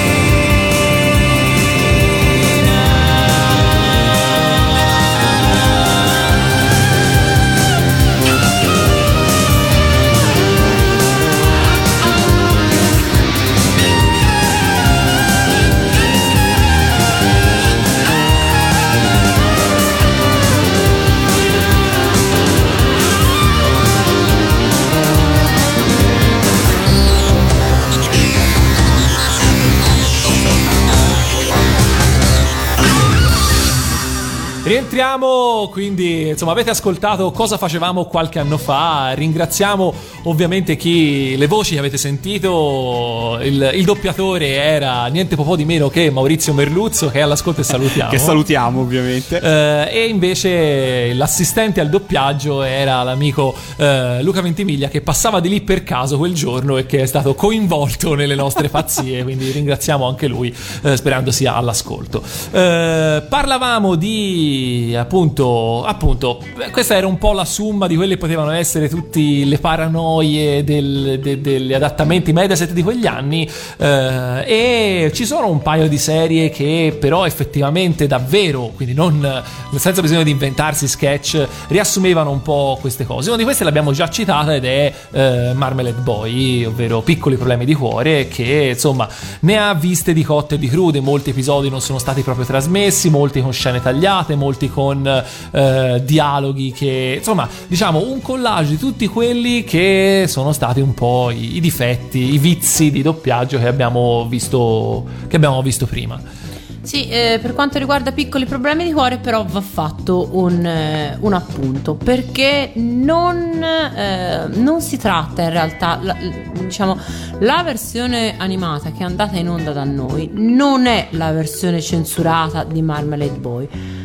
Rientriamo, quindi insomma avete ascoltato cosa facevamo qualche anno fa. Ringraziamo ovviamente chi, le voci che avete sentito. Il, il doppiatore era niente po' di meno che Maurizio Merluzzo, che è all'ascolto e salutiamo.
Che salutiamo ovviamente.
eh, E invece l'assistente al doppiaggio era l'amico eh, Luca Ventimiglia, che passava di lì per caso quel giorno e che è stato coinvolto nelle nostre pazzie. Quindi ringraziamo anche lui, eh, sperando sia all'ascolto. eh, Parlavamo di appunto appunto questa era un po' la summa di quelle che potevano essere tutte le paranoie del, de, degli adattamenti Mediaset di quegli anni, eh, e ci sono un paio di serie che però effettivamente davvero, quindi non senza bisogno di inventarsi sketch, riassumevano un po' queste cose. Una di queste l'abbiamo già citata ed è eh, Marmalade Boy, ovvero Piccoli problemi di cuore, che insomma ne ha viste di cotte e di crude. Molti episodi non sono stati proprio trasmessi, molti con scene tagliate, molti con eh, dialoghi che, insomma, diciamo un collage di tutti quelli che sono stati un po' i, i difetti, i vizi di doppiaggio che abbiamo visto che abbiamo visto prima.
Sì, eh, per quanto riguarda Piccoli problemi di cuore però va fatto un, eh, un appunto, perché non, eh, non si tratta in realtà, la, diciamo, la versione animata che è andata in onda da noi non è la versione censurata di Marmalade Boy.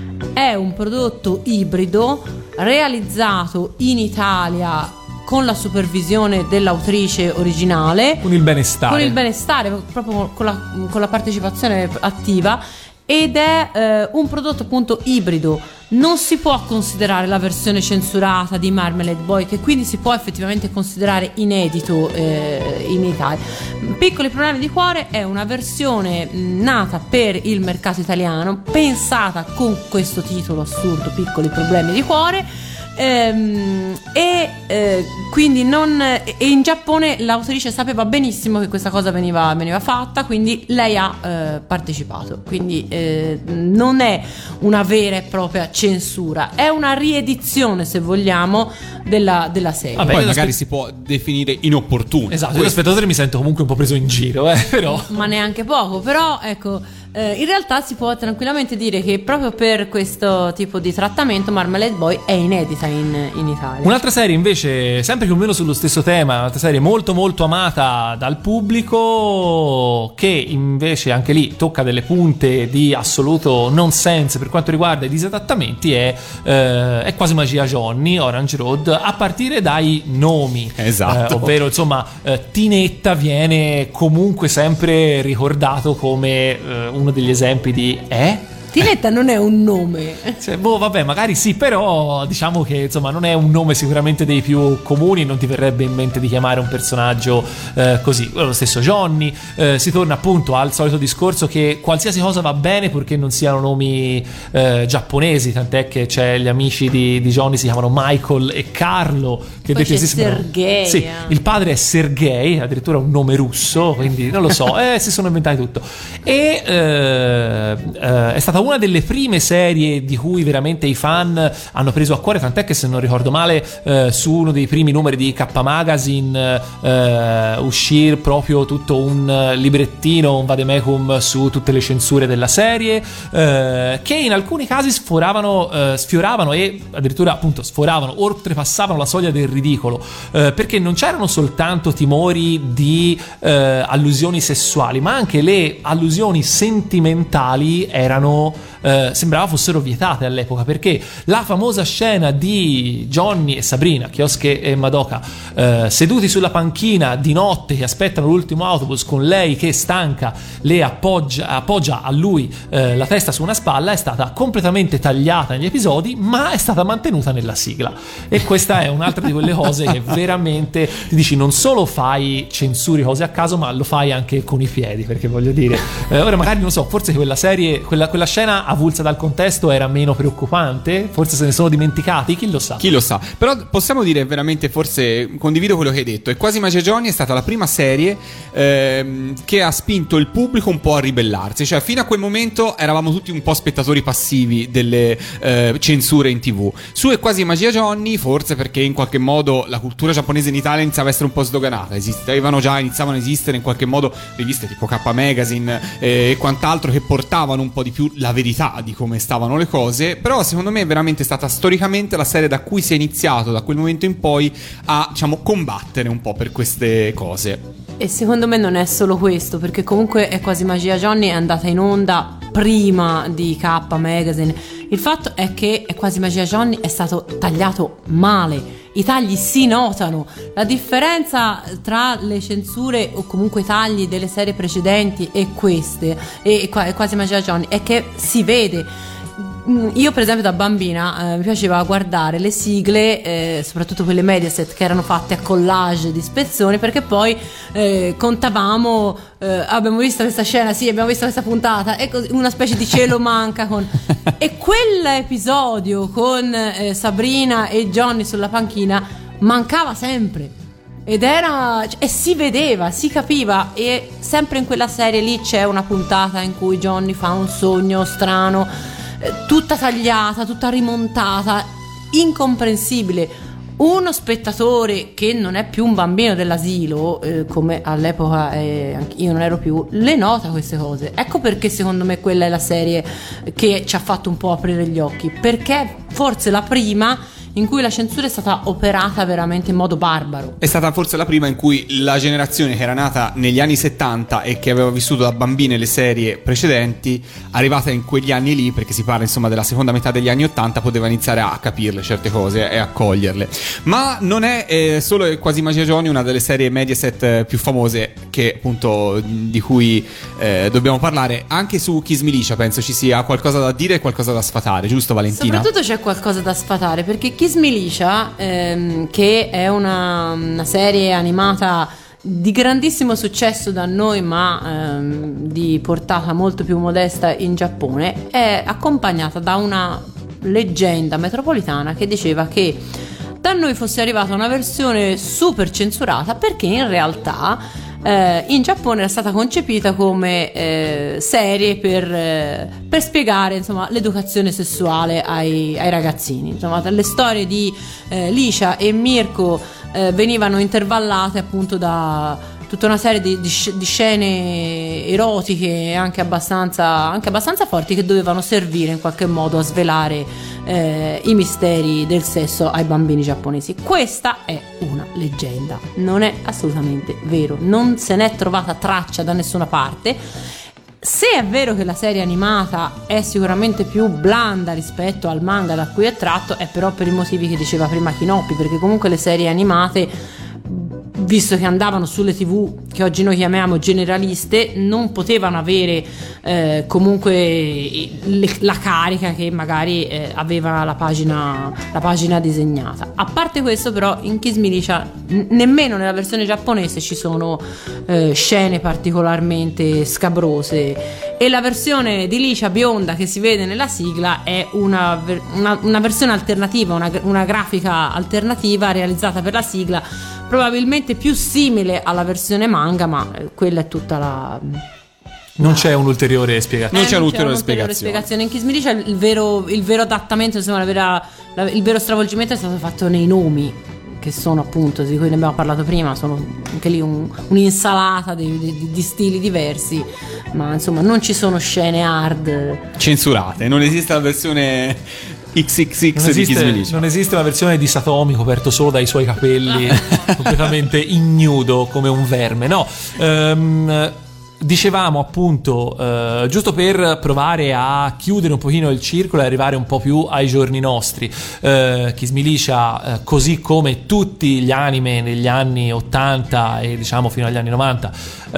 È un prodotto ibrido realizzato in Italia con la supervisione dell'autrice originale,
con il benestare,
con il benestare proprio con la, con la partecipazione attiva, ed è eh, un prodotto appunto ibrido non si può considerare la versione censurata di Marmalade Boy, che quindi si può effettivamente considerare inedito eh, in Italia. Piccoli problemi di cuore è una versione mh, nata per il mercato italiano, pensata con questo titolo assurdo, Piccoli problemi di cuore. Ehm, e eh, quindi non e in Giappone l'autrice sapeva benissimo che questa cosa veniva, veniva fatta, quindi lei ha eh, partecipato, quindi eh, non è una vera e propria censura, è una riedizione, se vogliamo, della, della serie.
Vabbè, poi magari si può definire inopportuno.
Esatto, io da spettatore mi sento comunque un po' preso in giro, eh, però.
Ma neanche poco, però ecco, eh, in realtà si può tranquillamente dire che proprio per questo tipo di trattamento Marmalade Boy è inedita in, in Italia.
Un'altra serie invece, sempre più o meno sullo stesso tema, un'altra serie molto molto amata dal pubblico, che invece anche lì tocca delle punte di assoluto nonsense per quanto riguarda i disadattamenti, è, eh, è Quasi Magia Johnny, Orange Road, a partire dai nomi.
Esatto.
Eh, ovvero, insomma, eh, Tinetta viene comunque sempre ricordato come eh, uno degli esempi di eh?
Tinetta non è un nome.
Cioè, boh, vabbè, magari sì, però diciamo che insomma non è un nome sicuramente dei più comuni, non ti verrebbe in mente di chiamare un personaggio eh, così. Lo stesso Johnny, eh, si torna appunto al solito discorso che qualsiasi cosa va bene purché non siano nomi eh, giapponesi, tant'è che c'è gli amici di, di Johnny si chiamano Michael e Carlo, che
poi c'è
sembrano...
Sergei.
Sì, il padre è Sergei, addirittura un nome russo, quindi non lo so, eh, si sono inventati tutto. E eh, eh, è stata una delle prime serie di cui veramente i fan hanno preso a cuore, tant'è che, se non ricordo male, eh, su uno dei primi numeri di K Magazine eh, uscì proprio tutto un librettino, un vademecum su tutte le censure della serie, eh, che in alcuni casi sforavano, eh, sfioravano e addirittura appunto sforavano, oltrepassavano la soglia del ridicolo, eh, perché non c'erano soltanto timori di eh, allusioni sessuali, ma anche le allusioni sentimentali erano eh, sembrava fossero vietate all'epoca, perché la famosa scena di Johnny e Sabrina, Kyosuke e Madoka, eh, seduti sulla panchina di notte che aspettano l'ultimo autobus, con lei che stanca le appoggia, appoggia a lui eh, la testa su una spalla, è stata completamente tagliata negli episodi, ma è stata mantenuta nella sigla. E questa è un'altra di quelle cose che veramente ti dici, non solo fai censuri cose a caso, ma lo fai anche con i piedi, perché voglio dire, eh, ora magari non so, forse quella serie, quella, quella scena avulsa dal contesto era meno preoccupante, forse se ne sono dimenticati, chi lo sa.
Chi lo sa. Però possiamo dire veramente, forse condivido quello che hai detto, e Quasi Magia Johnny è stata la prima serie ehm, che ha spinto il pubblico un po' a ribellarsi, cioè fino a quel momento eravamo tutti un po' spettatori passivi delle eh, censure in tv. Su E Quasi Magia Johnny, forse perché in qualche modo la cultura giapponese in Italia iniziava a essere un po' sdoganata, esistevano già, iniziavano a esistere in qualche modo riviste tipo K Magazine eh, e quant'altro che portavano un po' di più la verità di come stavano le cose. Però secondo me è veramente stata storicamente la serie da cui si è iniziato, da quel momento in poi, a, diciamo, combattere un po' per queste cose.
E secondo me non è solo questo, perché comunque È Quasi Magia Johnny è andata in onda prima di K Magazine. Il fatto è che È Quasi Magia Johnny è stato tagliato male, i tagli si notano. La differenza tra le censure o comunque i tagli delle serie precedenti e queste e È Quasi Magia Johnny è che si vede. Io per esempio da bambina eh, mi piaceva guardare le sigle, eh, soprattutto quelle Mediaset, che erano fatte a collage di spezzoni, perché poi eh, contavamo, eh, abbiamo visto questa scena, sì, abbiamo visto questa puntata, e così, una specie di cielo manca con... e quell'episodio con eh, Sabrina e Johnny sulla panchina mancava sempre. Ed era, e si vedeva, si capiva. E sempre in quella serie lì c'è una puntata in cui Johnny fa un sogno strano, tutta tagliata, tutta rimontata, incomprensibile. Uno spettatore che non è più un bambino dell'asilo, eh, come all'epoca eh, io non ero più, le nota queste cose. Ecco perché secondo me quella è la serie che ci ha fatto un po' aprire gli occhi, perché forse la prima in cui la censura è stata operata veramente in modo barbaro.
È stata forse la prima in cui la generazione che era nata negli anni settanta e che aveva vissuto da bambine le serie precedenti, arrivata in quegli anni lì, perché si parla insomma della seconda metà degli anni ottanta, poteva iniziare a capirle certe cose e a coglierle. Ma non è eh, solo Quasi Magia Johnny una delle serie Mediaset più famose che appunto di cui eh, dobbiamo parlare. Anche su Kiss Militia penso ci sia qualcosa da dire e qualcosa da sfatare, giusto Valentina?
Soprattutto c'è qualcosa da sfatare, perché Kiss Militia, ehm, che è una, una serie animata di grandissimo successo da noi, ma ehm, di portata molto più modesta in Giappone, è accompagnata da una leggenda metropolitana che diceva che da noi fosse arrivata una versione super censurata, perché in realtà eh, in Giappone era stata concepita come eh, serie per, eh, per spiegare insomma l'educazione sessuale ai, ai ragazzini. Insomma, le storie di eh, Licia e Mirko eh, venivano intervallate appunto da tutta una serie di, di, di scene erotiche anche abbastanza, anche abbastanza forti, che dovevano servire in qualche modo a svelare eh, i misteri del sesso ai bambini giapponesi. Questa è una leggenda, non è assolutamente vero, non se n'è trovata traccia da nessuna parte. Se è vero che la serie animata è sicuramente più blanda rispetto al manga da cui è tratto, è però per i motivi che diceva prima Kinoppi, perché comunque le serie animate, visto che andavano sulle tv che oggi noi chiamiamo generaliste, non potevano avere eh, comunque le, la carica che magari eh, aveva la pagina, la pagina disegnata. A parte questo, però, in Kiss Militia n- nemmeno nella versione giapponese ci sono eh, scene particolarmente scabrose, e la versione di Licia bionda che si vede nella sigla è una, ver- una, una versione alternativa, una, una grafica alternativa realizzata per la sigla, probabilmente più simile alla versione manga, ma quella è tutta la...
Non c'è un'ulteriore spiegazione.
Non c'è
Eh,
un'ulteriore
un'ulteriore
spiegazione.
spiegazione. In Kiss Militia il vero, il vero adattamento, insomma, la vera, la, il vero stravolgimento è stato fatto nei nomi, che sono appunto, di cui ne abbiamo parlato prima, sono anche lì un, un'insalata di, di, di stili diversi, ma insomma non ci sono scene hard
Censurate, non esiste la versione X X X
Non
di Kiss
esiste,
Militia.
non esiste una versione di Satomi coperto solo dai suoi capelli, completamente ignudo come un verme. No, ehm, dicevamo appunto, eh, giusto per provare a chiudere un pochino il circolo e arrivare un po' più ai giorni nostri, eh, Kiss Militia, eh, così come tutti gli anime negli anni ottanta e diciamo fino agli anni novanta,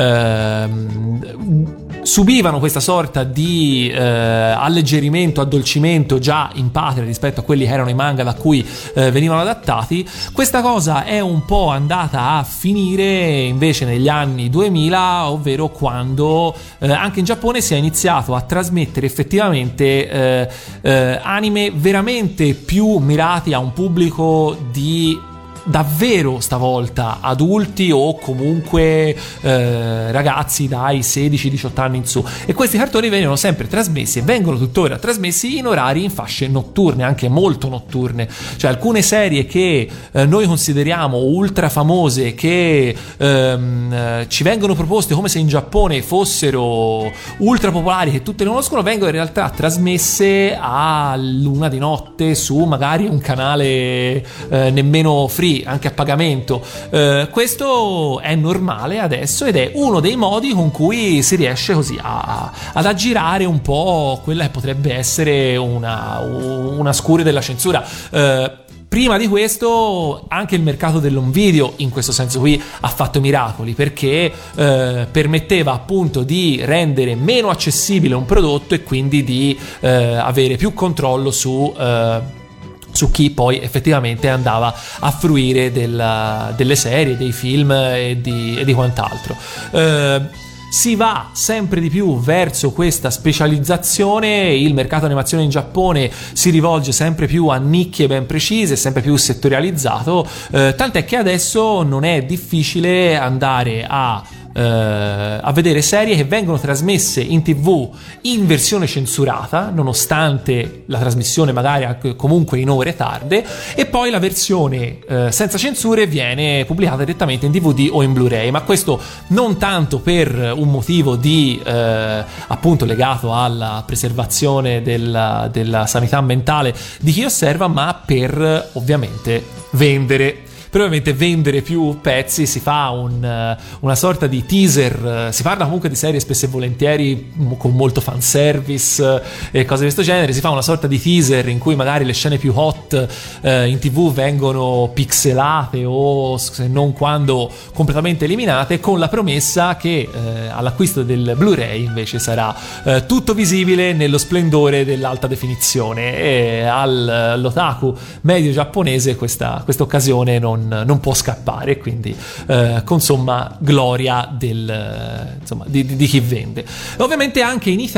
ehm, subivano questa sorta di eh, alleggerimento, addolcimento già in patria rispetto a quelli che erano i manga da cui eh, venivano adattati. Questa cosa è un po' andata a finire invece negli anni duemila, ovvero quando eh, anche in Giappone si è iniziato a trasmettere effettivamente eh, eh, anime veramente più mirati a un pubblico di davvero stavolta adulti o comunque eh, ragazzi dai sedici diciotto anni in su, e questi cartoni venivano sempre trasmessi e vengono tuttora trasmessi in orari, in fasce notturne, anche molto notturne. Cioè alcune serie che eh, noi consideriamo ultra famose, che ehm, ci vengono proposte come se in Giappone fossero ultra popolari, che tutte le conoscono, vengono in realtà trasmesse a luna di notte su magari un canale eh, nemmeno free, anche a pagamento. Eh, questo è normale adesso ed è uno dei modi con cui si riesce così a, a, ad aggirare un po' quella che potrebbe essere una, una scure della censura. Eh, Prima di questo anche il mercato dell'home video in questo senso qui ha fatto miracoli, perché eh, permetteva appunto di rendere meno accessibile un prodotto e quindi di eh, avere più controllo su eh, su chi poi effettivamente andava a fruire della, delle serie, dei film e di, e di quant'altro. Eh, si va sempre di più verso questa specializzazione, il mercato animazione in Giappone si rivolge sempre più a nicchie ben precise, sempre più settorializzato, eh, tant'è che adesso non è difficile andare a eh, a vedere serie che vengono trasmesse in tv in versione censurata, nonostante la trasmissione magari anche comunque in ore tarde, e poi la versione eh, senza censure viene pubblicata direttamente in D V D o in Blu-ray, ma questo non tanto per un motivo di eh, appunto legato alla preservazione della, della sanità mentale di chi osserva, ma per ovviamente vendere. Per ovviamente vendere più pezzi si fa un, una sorta di teaser, si parla comunque di serie spesso e volentieri con molto fanservice e cose di questo genere, si fa una sorta di teaser in cui magari le scene più hot eh, in tv vengono pixelate o se non quando completamente eliminate, con la promessa che eh, all'acquisto del Blu-ray invece sarà eh, tutto visibile nello splendore dell'alta definizione, e all'otaku medio giapponese questa occasione non non può scappare, quindi eh, con somma gloria del, eh, insomma, di, di, di chi vende. Ovviamente anche in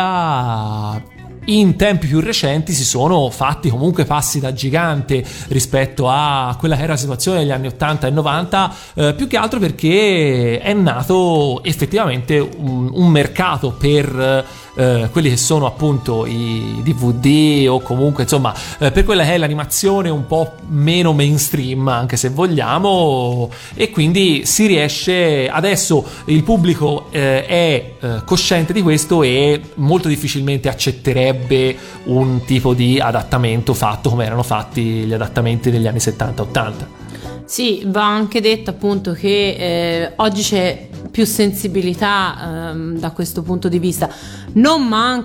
Italia in tempi più recenti si sono fatti comunque passi da gigante rispetto a quella che era la situazione negli anni ottanta e novanta, eh, più che altro perché è nato effettivamente un, un mercato per eh, quelli che sono appunto i D V D o comunque insomma eh, per quella che è l'animazione un po' meno mainstream, anche se vogliamo, e quindi si riesce adesso, il pubblico eh, è eh, cosciente di questo e molto difficilmente accetterebbe un tipo di adattamento fatto come erano fatti gli adattamenti degli anni settanta ottanta.
Sì, va anche detto appunto che eh, oggi c'è più sensibilità ehm, da questo punto di vista. Non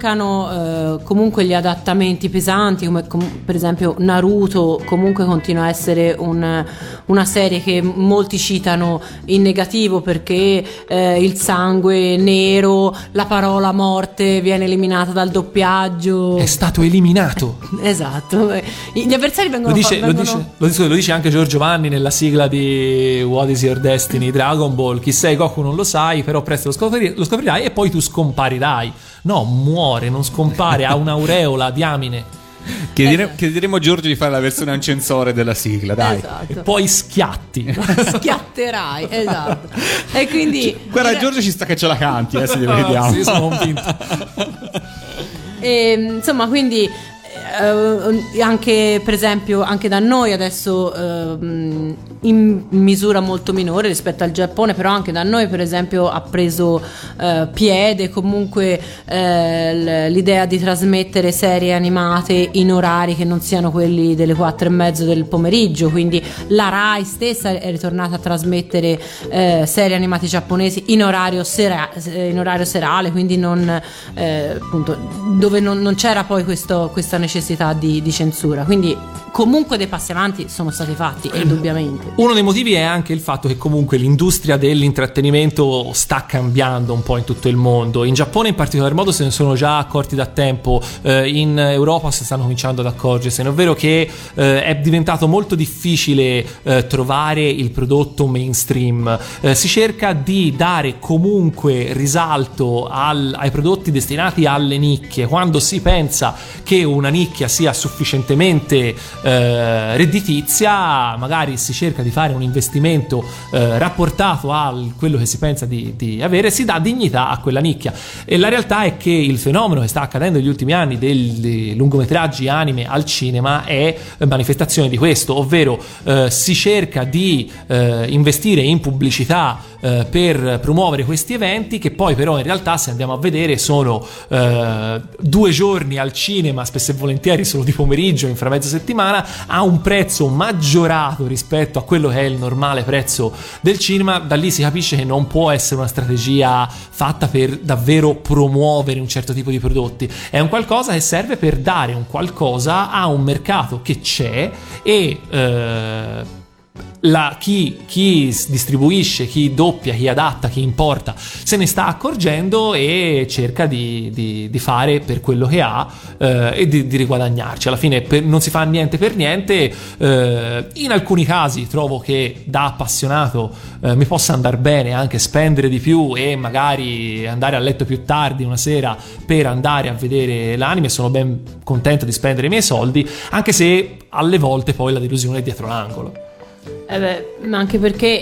mancano eh, comunque gli adattamenti pesanti, come com- per esempio Naruto comunque continua a essere un, una serie che molti citano in negativo perché eh, il sangue nero, la parola morte viene eliminata dal doppiaggio.
È stato eliminato.
Esatto. Gli avversari vengono...
Lo dice,
vengono...
lo dice, lo dice, lo dice anche Giorgio Vanni nella sigla di What is Your Destiny, Dragon Ball. Chi sei Goku non lo sai, però presto lo, scopri, lo scoprirai e poi tu scomparirai. No, muore, non scompare, ha un'aureola, diamine.
Chiedere, esatto. Chiederemo a Giorgio di fare la versione ancensore della sigla, dai.
Esatto.
E poi schiatti.
Schiatterai, esatto. E quindi
guarda, Giorgio ci sta che ce la canti, eh, se li vediamo.
Sì, sono convinto.
E, insomma, quindi eh, anche per esempio anche da noi adesso eh, in misura molto minore rispetto al Giappone, però anche da noi per esempio ha preso eh, piede comunque eh, l'idea di trasmettere serie animate in orari che non siano quelli delle quattro e mezzo del pomeriggio, quindi la Rai stessa è ritornata a trasmettere eh, serie animate giapponesi in orario, sera- in orario serale, quindi non eh, appunto dove non, non c'era poi questo, questa necessità di, di censura, quindi comunque dei passi avanti sono stati fatti indubbiamente.
Uno dei motivi è anche il fatto che comunque l'industria dell'intrattenimento sta cambiando un po' in tutto il mondo. In Giappone in particolar modo se ne sono già accorti da tempo, eh, in Europa si stanno cominciando ad accorgersene, ovvero che eh, è diventato molto difficile eh, trovare il prodotto mainstream. Eh, si cerca di dare comunque risalto al, ai prodotti destinati alle nicchie, quando si pensa che una nicchia sia sufficientemente eh, redditizia, magari si cerca di fare un investimento eh, rapportato a quello che si pensa di, di avere, si dà dignità a quella nicchia. E la realtà è che il fenomeno che sta accadendo negli ultimi anni dei lungometraggi anime al cinema è manifestazione di questo, ovvero eh, si cerca di eh, investire in pubblicità eh, per promuovere questi eventi, che poi però in realtà, se andiamo a vedere, sono eh, due giorni al cinema, spesso e volentieri solo di pomeriggio, infra mezza settimana, a un prezzo maggiorato rispetto a quello che è il normale prezzo del cinema. Da lì si capisce che non può essere una strategia fatta per davvero promuovere un certo tipo di prodotti, è un qualcosa che serve per dare un qualcosa a un mercato che c'è e eh, La, chi, chi distribuisce, chi doppia, chi adatta, chi importa se ne sta accorgendo e cerca di, di, di fare per quello che ha eh, e di, di riguadagnarci. Alla fine per, non si fa niente per niente. Eh, in alcuni casi trovo che da appassionato eh, mi possa andare bene anche spendere di più e magari andare a letto più tardi una sera per andare a vedere l'anime. Sono ben contento di spendere i miei soldi, anche se alle volte poi la delusione è dietro l'angolo.
Eh beh, anche perché eh,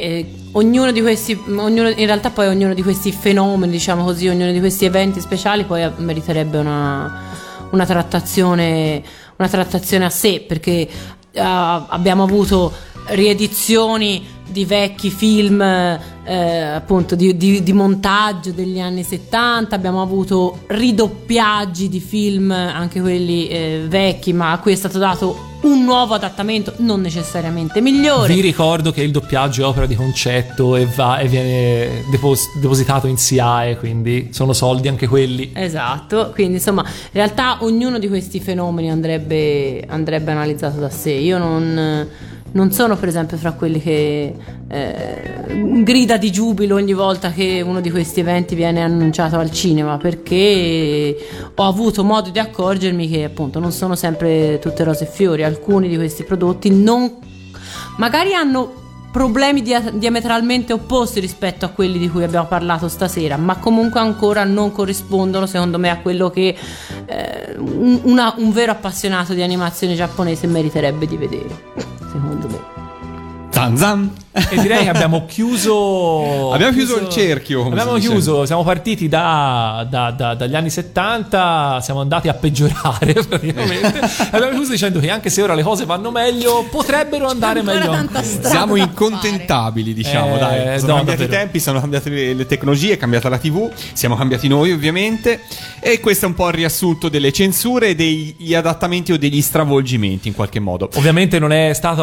ognuno di questi, ognuno, in realtà poi ognuno di questi fenomeni, diciamo così, ognuno di questi eventi speciali poi meriterebbe una, una trattazione, una trattazione a sé, perché uh, abbiamo avuto riedizioni di vecchi film, eh, appunto di, di, di montaggio degli anni settanta, abbiamo avuto ridoppiaggi di film, anche quelli eh, vecchi, ma a cui è stato dato un nuovo adattamento non necessariamente migliore.
Vi ricordo che il doppiaggio è opera di concetto e, va, e viene depos- depositato in S I A E, quindi sono soldi anche quelli.
Esatto, quindi insomma in realtà ognuno di questi fenomeni andrebbe, andrebbe analizzato da sé. Io non, non sono per esempio fra quelli che eh, grida di giubilo ogni volta che uno di questi eventi viene annunciato al cinema, perché ho avuto modo di accorgermi che appunto non sono sempre tutte rose e fiori. Alcuni di questi prodotti non, magari hanno problemi dia- diametralmente opposti rispetto a quelli di cui abbiamo parlato stasera, ma comunque ancora non corrispondono secondo me a quello che eh, un, una, un vero appassionato di animazione giapponese meriterebbe di vedere, secondo me.
Zan zan.
E direi che abbiamo chiuso
abbiamo chiuso, chiuso il cerchio, come
abbiamo
si dice.
chiuso, siamo partiti da, da, da, dagli anni settanta, siamo andati a peggiorare praticamente. Abbiamo chiuso dicendo che anche se ora le cose vanno meglio, potrebbero andare meglio ancora.
Siamo incontentabili, diciamo,
eh,
dai. Sono
no,
cambiati
davvero.
i tempi, sono cambiate le, le tecnologie, è cambiata la tivù, siamo cambiati noi ovviamente, e questo è un po' il riassunto delle censure e degli adattamenti o degli stravolgimenti in qualche modo.
Ovviamente non è stata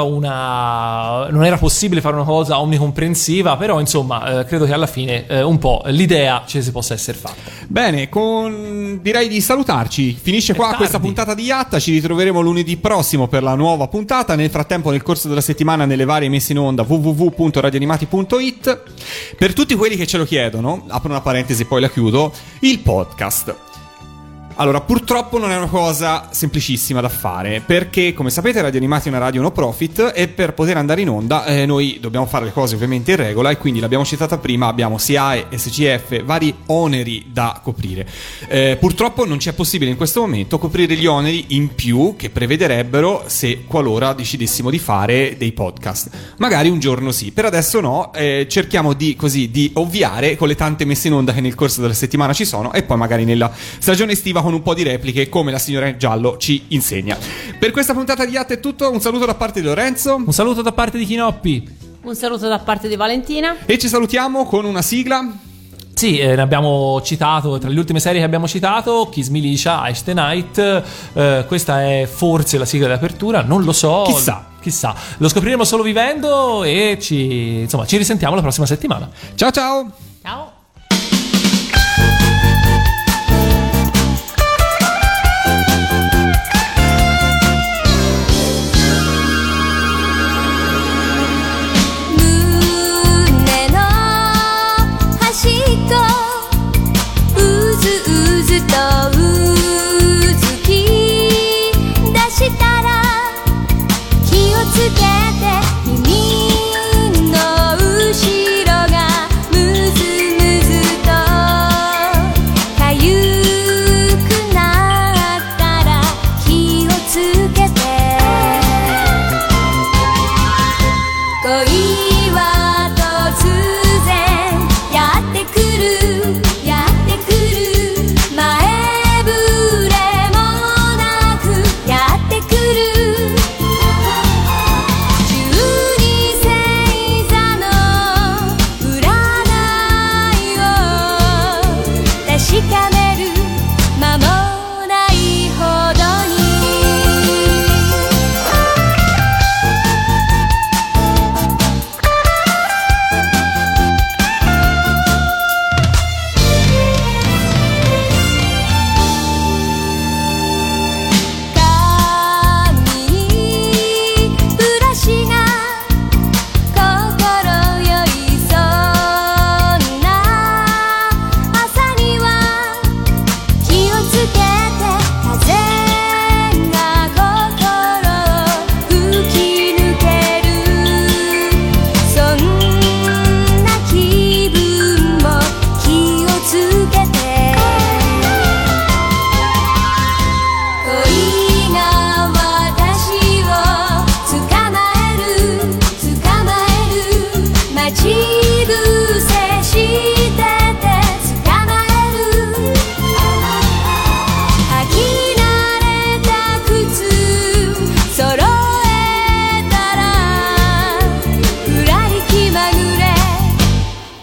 una non era possibile fare una cosa omnicomprensiva, però insomma eh, credo che alla fine eh, un po' l'idea ci si possa essere fatta.
Bene, con... direi di salutarci. Finisce qua
tardi.
questa puntata di Yatta. Ci ritroveremo lunedì prossimo per la nuova puntata. Nel frattempo, nel corso della settimana, nelle varie messe in onda w w w punto radioanimati punto i t. Per tutti quelli che ce lo chiedono, apro una parentesi e poi la chiudo, il podcast. Allora, purtroppo non è una cosa semplicissima da fare, perché come sapete Radio Animati è una radio no profit e per poter andare in onda eh, noi dobbiamo fare le cose ovviamente in regola, e quindi l'abbiamo citata prima, abbiamo S I A E, S C F, vari oneri da coprire. Eh, purtroppo non ci è possibile in questo momento coprire gli oneri in più che prevederebbero se qualora decidessimo di fare dei podcast. Magari un giorno sì, per adesso no, eh, cerchiamo di così di ovviare con le tante messe in onda che nel corso della settimana ci sono, e poi magari nella stagione estiva con un po' di repliche, come la signora Giallo ci insegna. Per questa puntata di Yatta è tutto. Un saluto da parte di Lorenzo,
un saluto da parte di Chinoppi,
un saluto da parte di Valentina,
e ci salutiamo con una sigla.
Sì, eh, ne abbiamo citato, tra le ultime serie che abbiamo citato, Kiss Militia, Ice the Night, eh, questa è forse la sigla di apertura, non lo so,
chissà
chissà, lo scopriremo solo vivendo, e ci, insomma, ci risentiamo la prossima settimana.
Ciao ciao.
Ciao.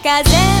風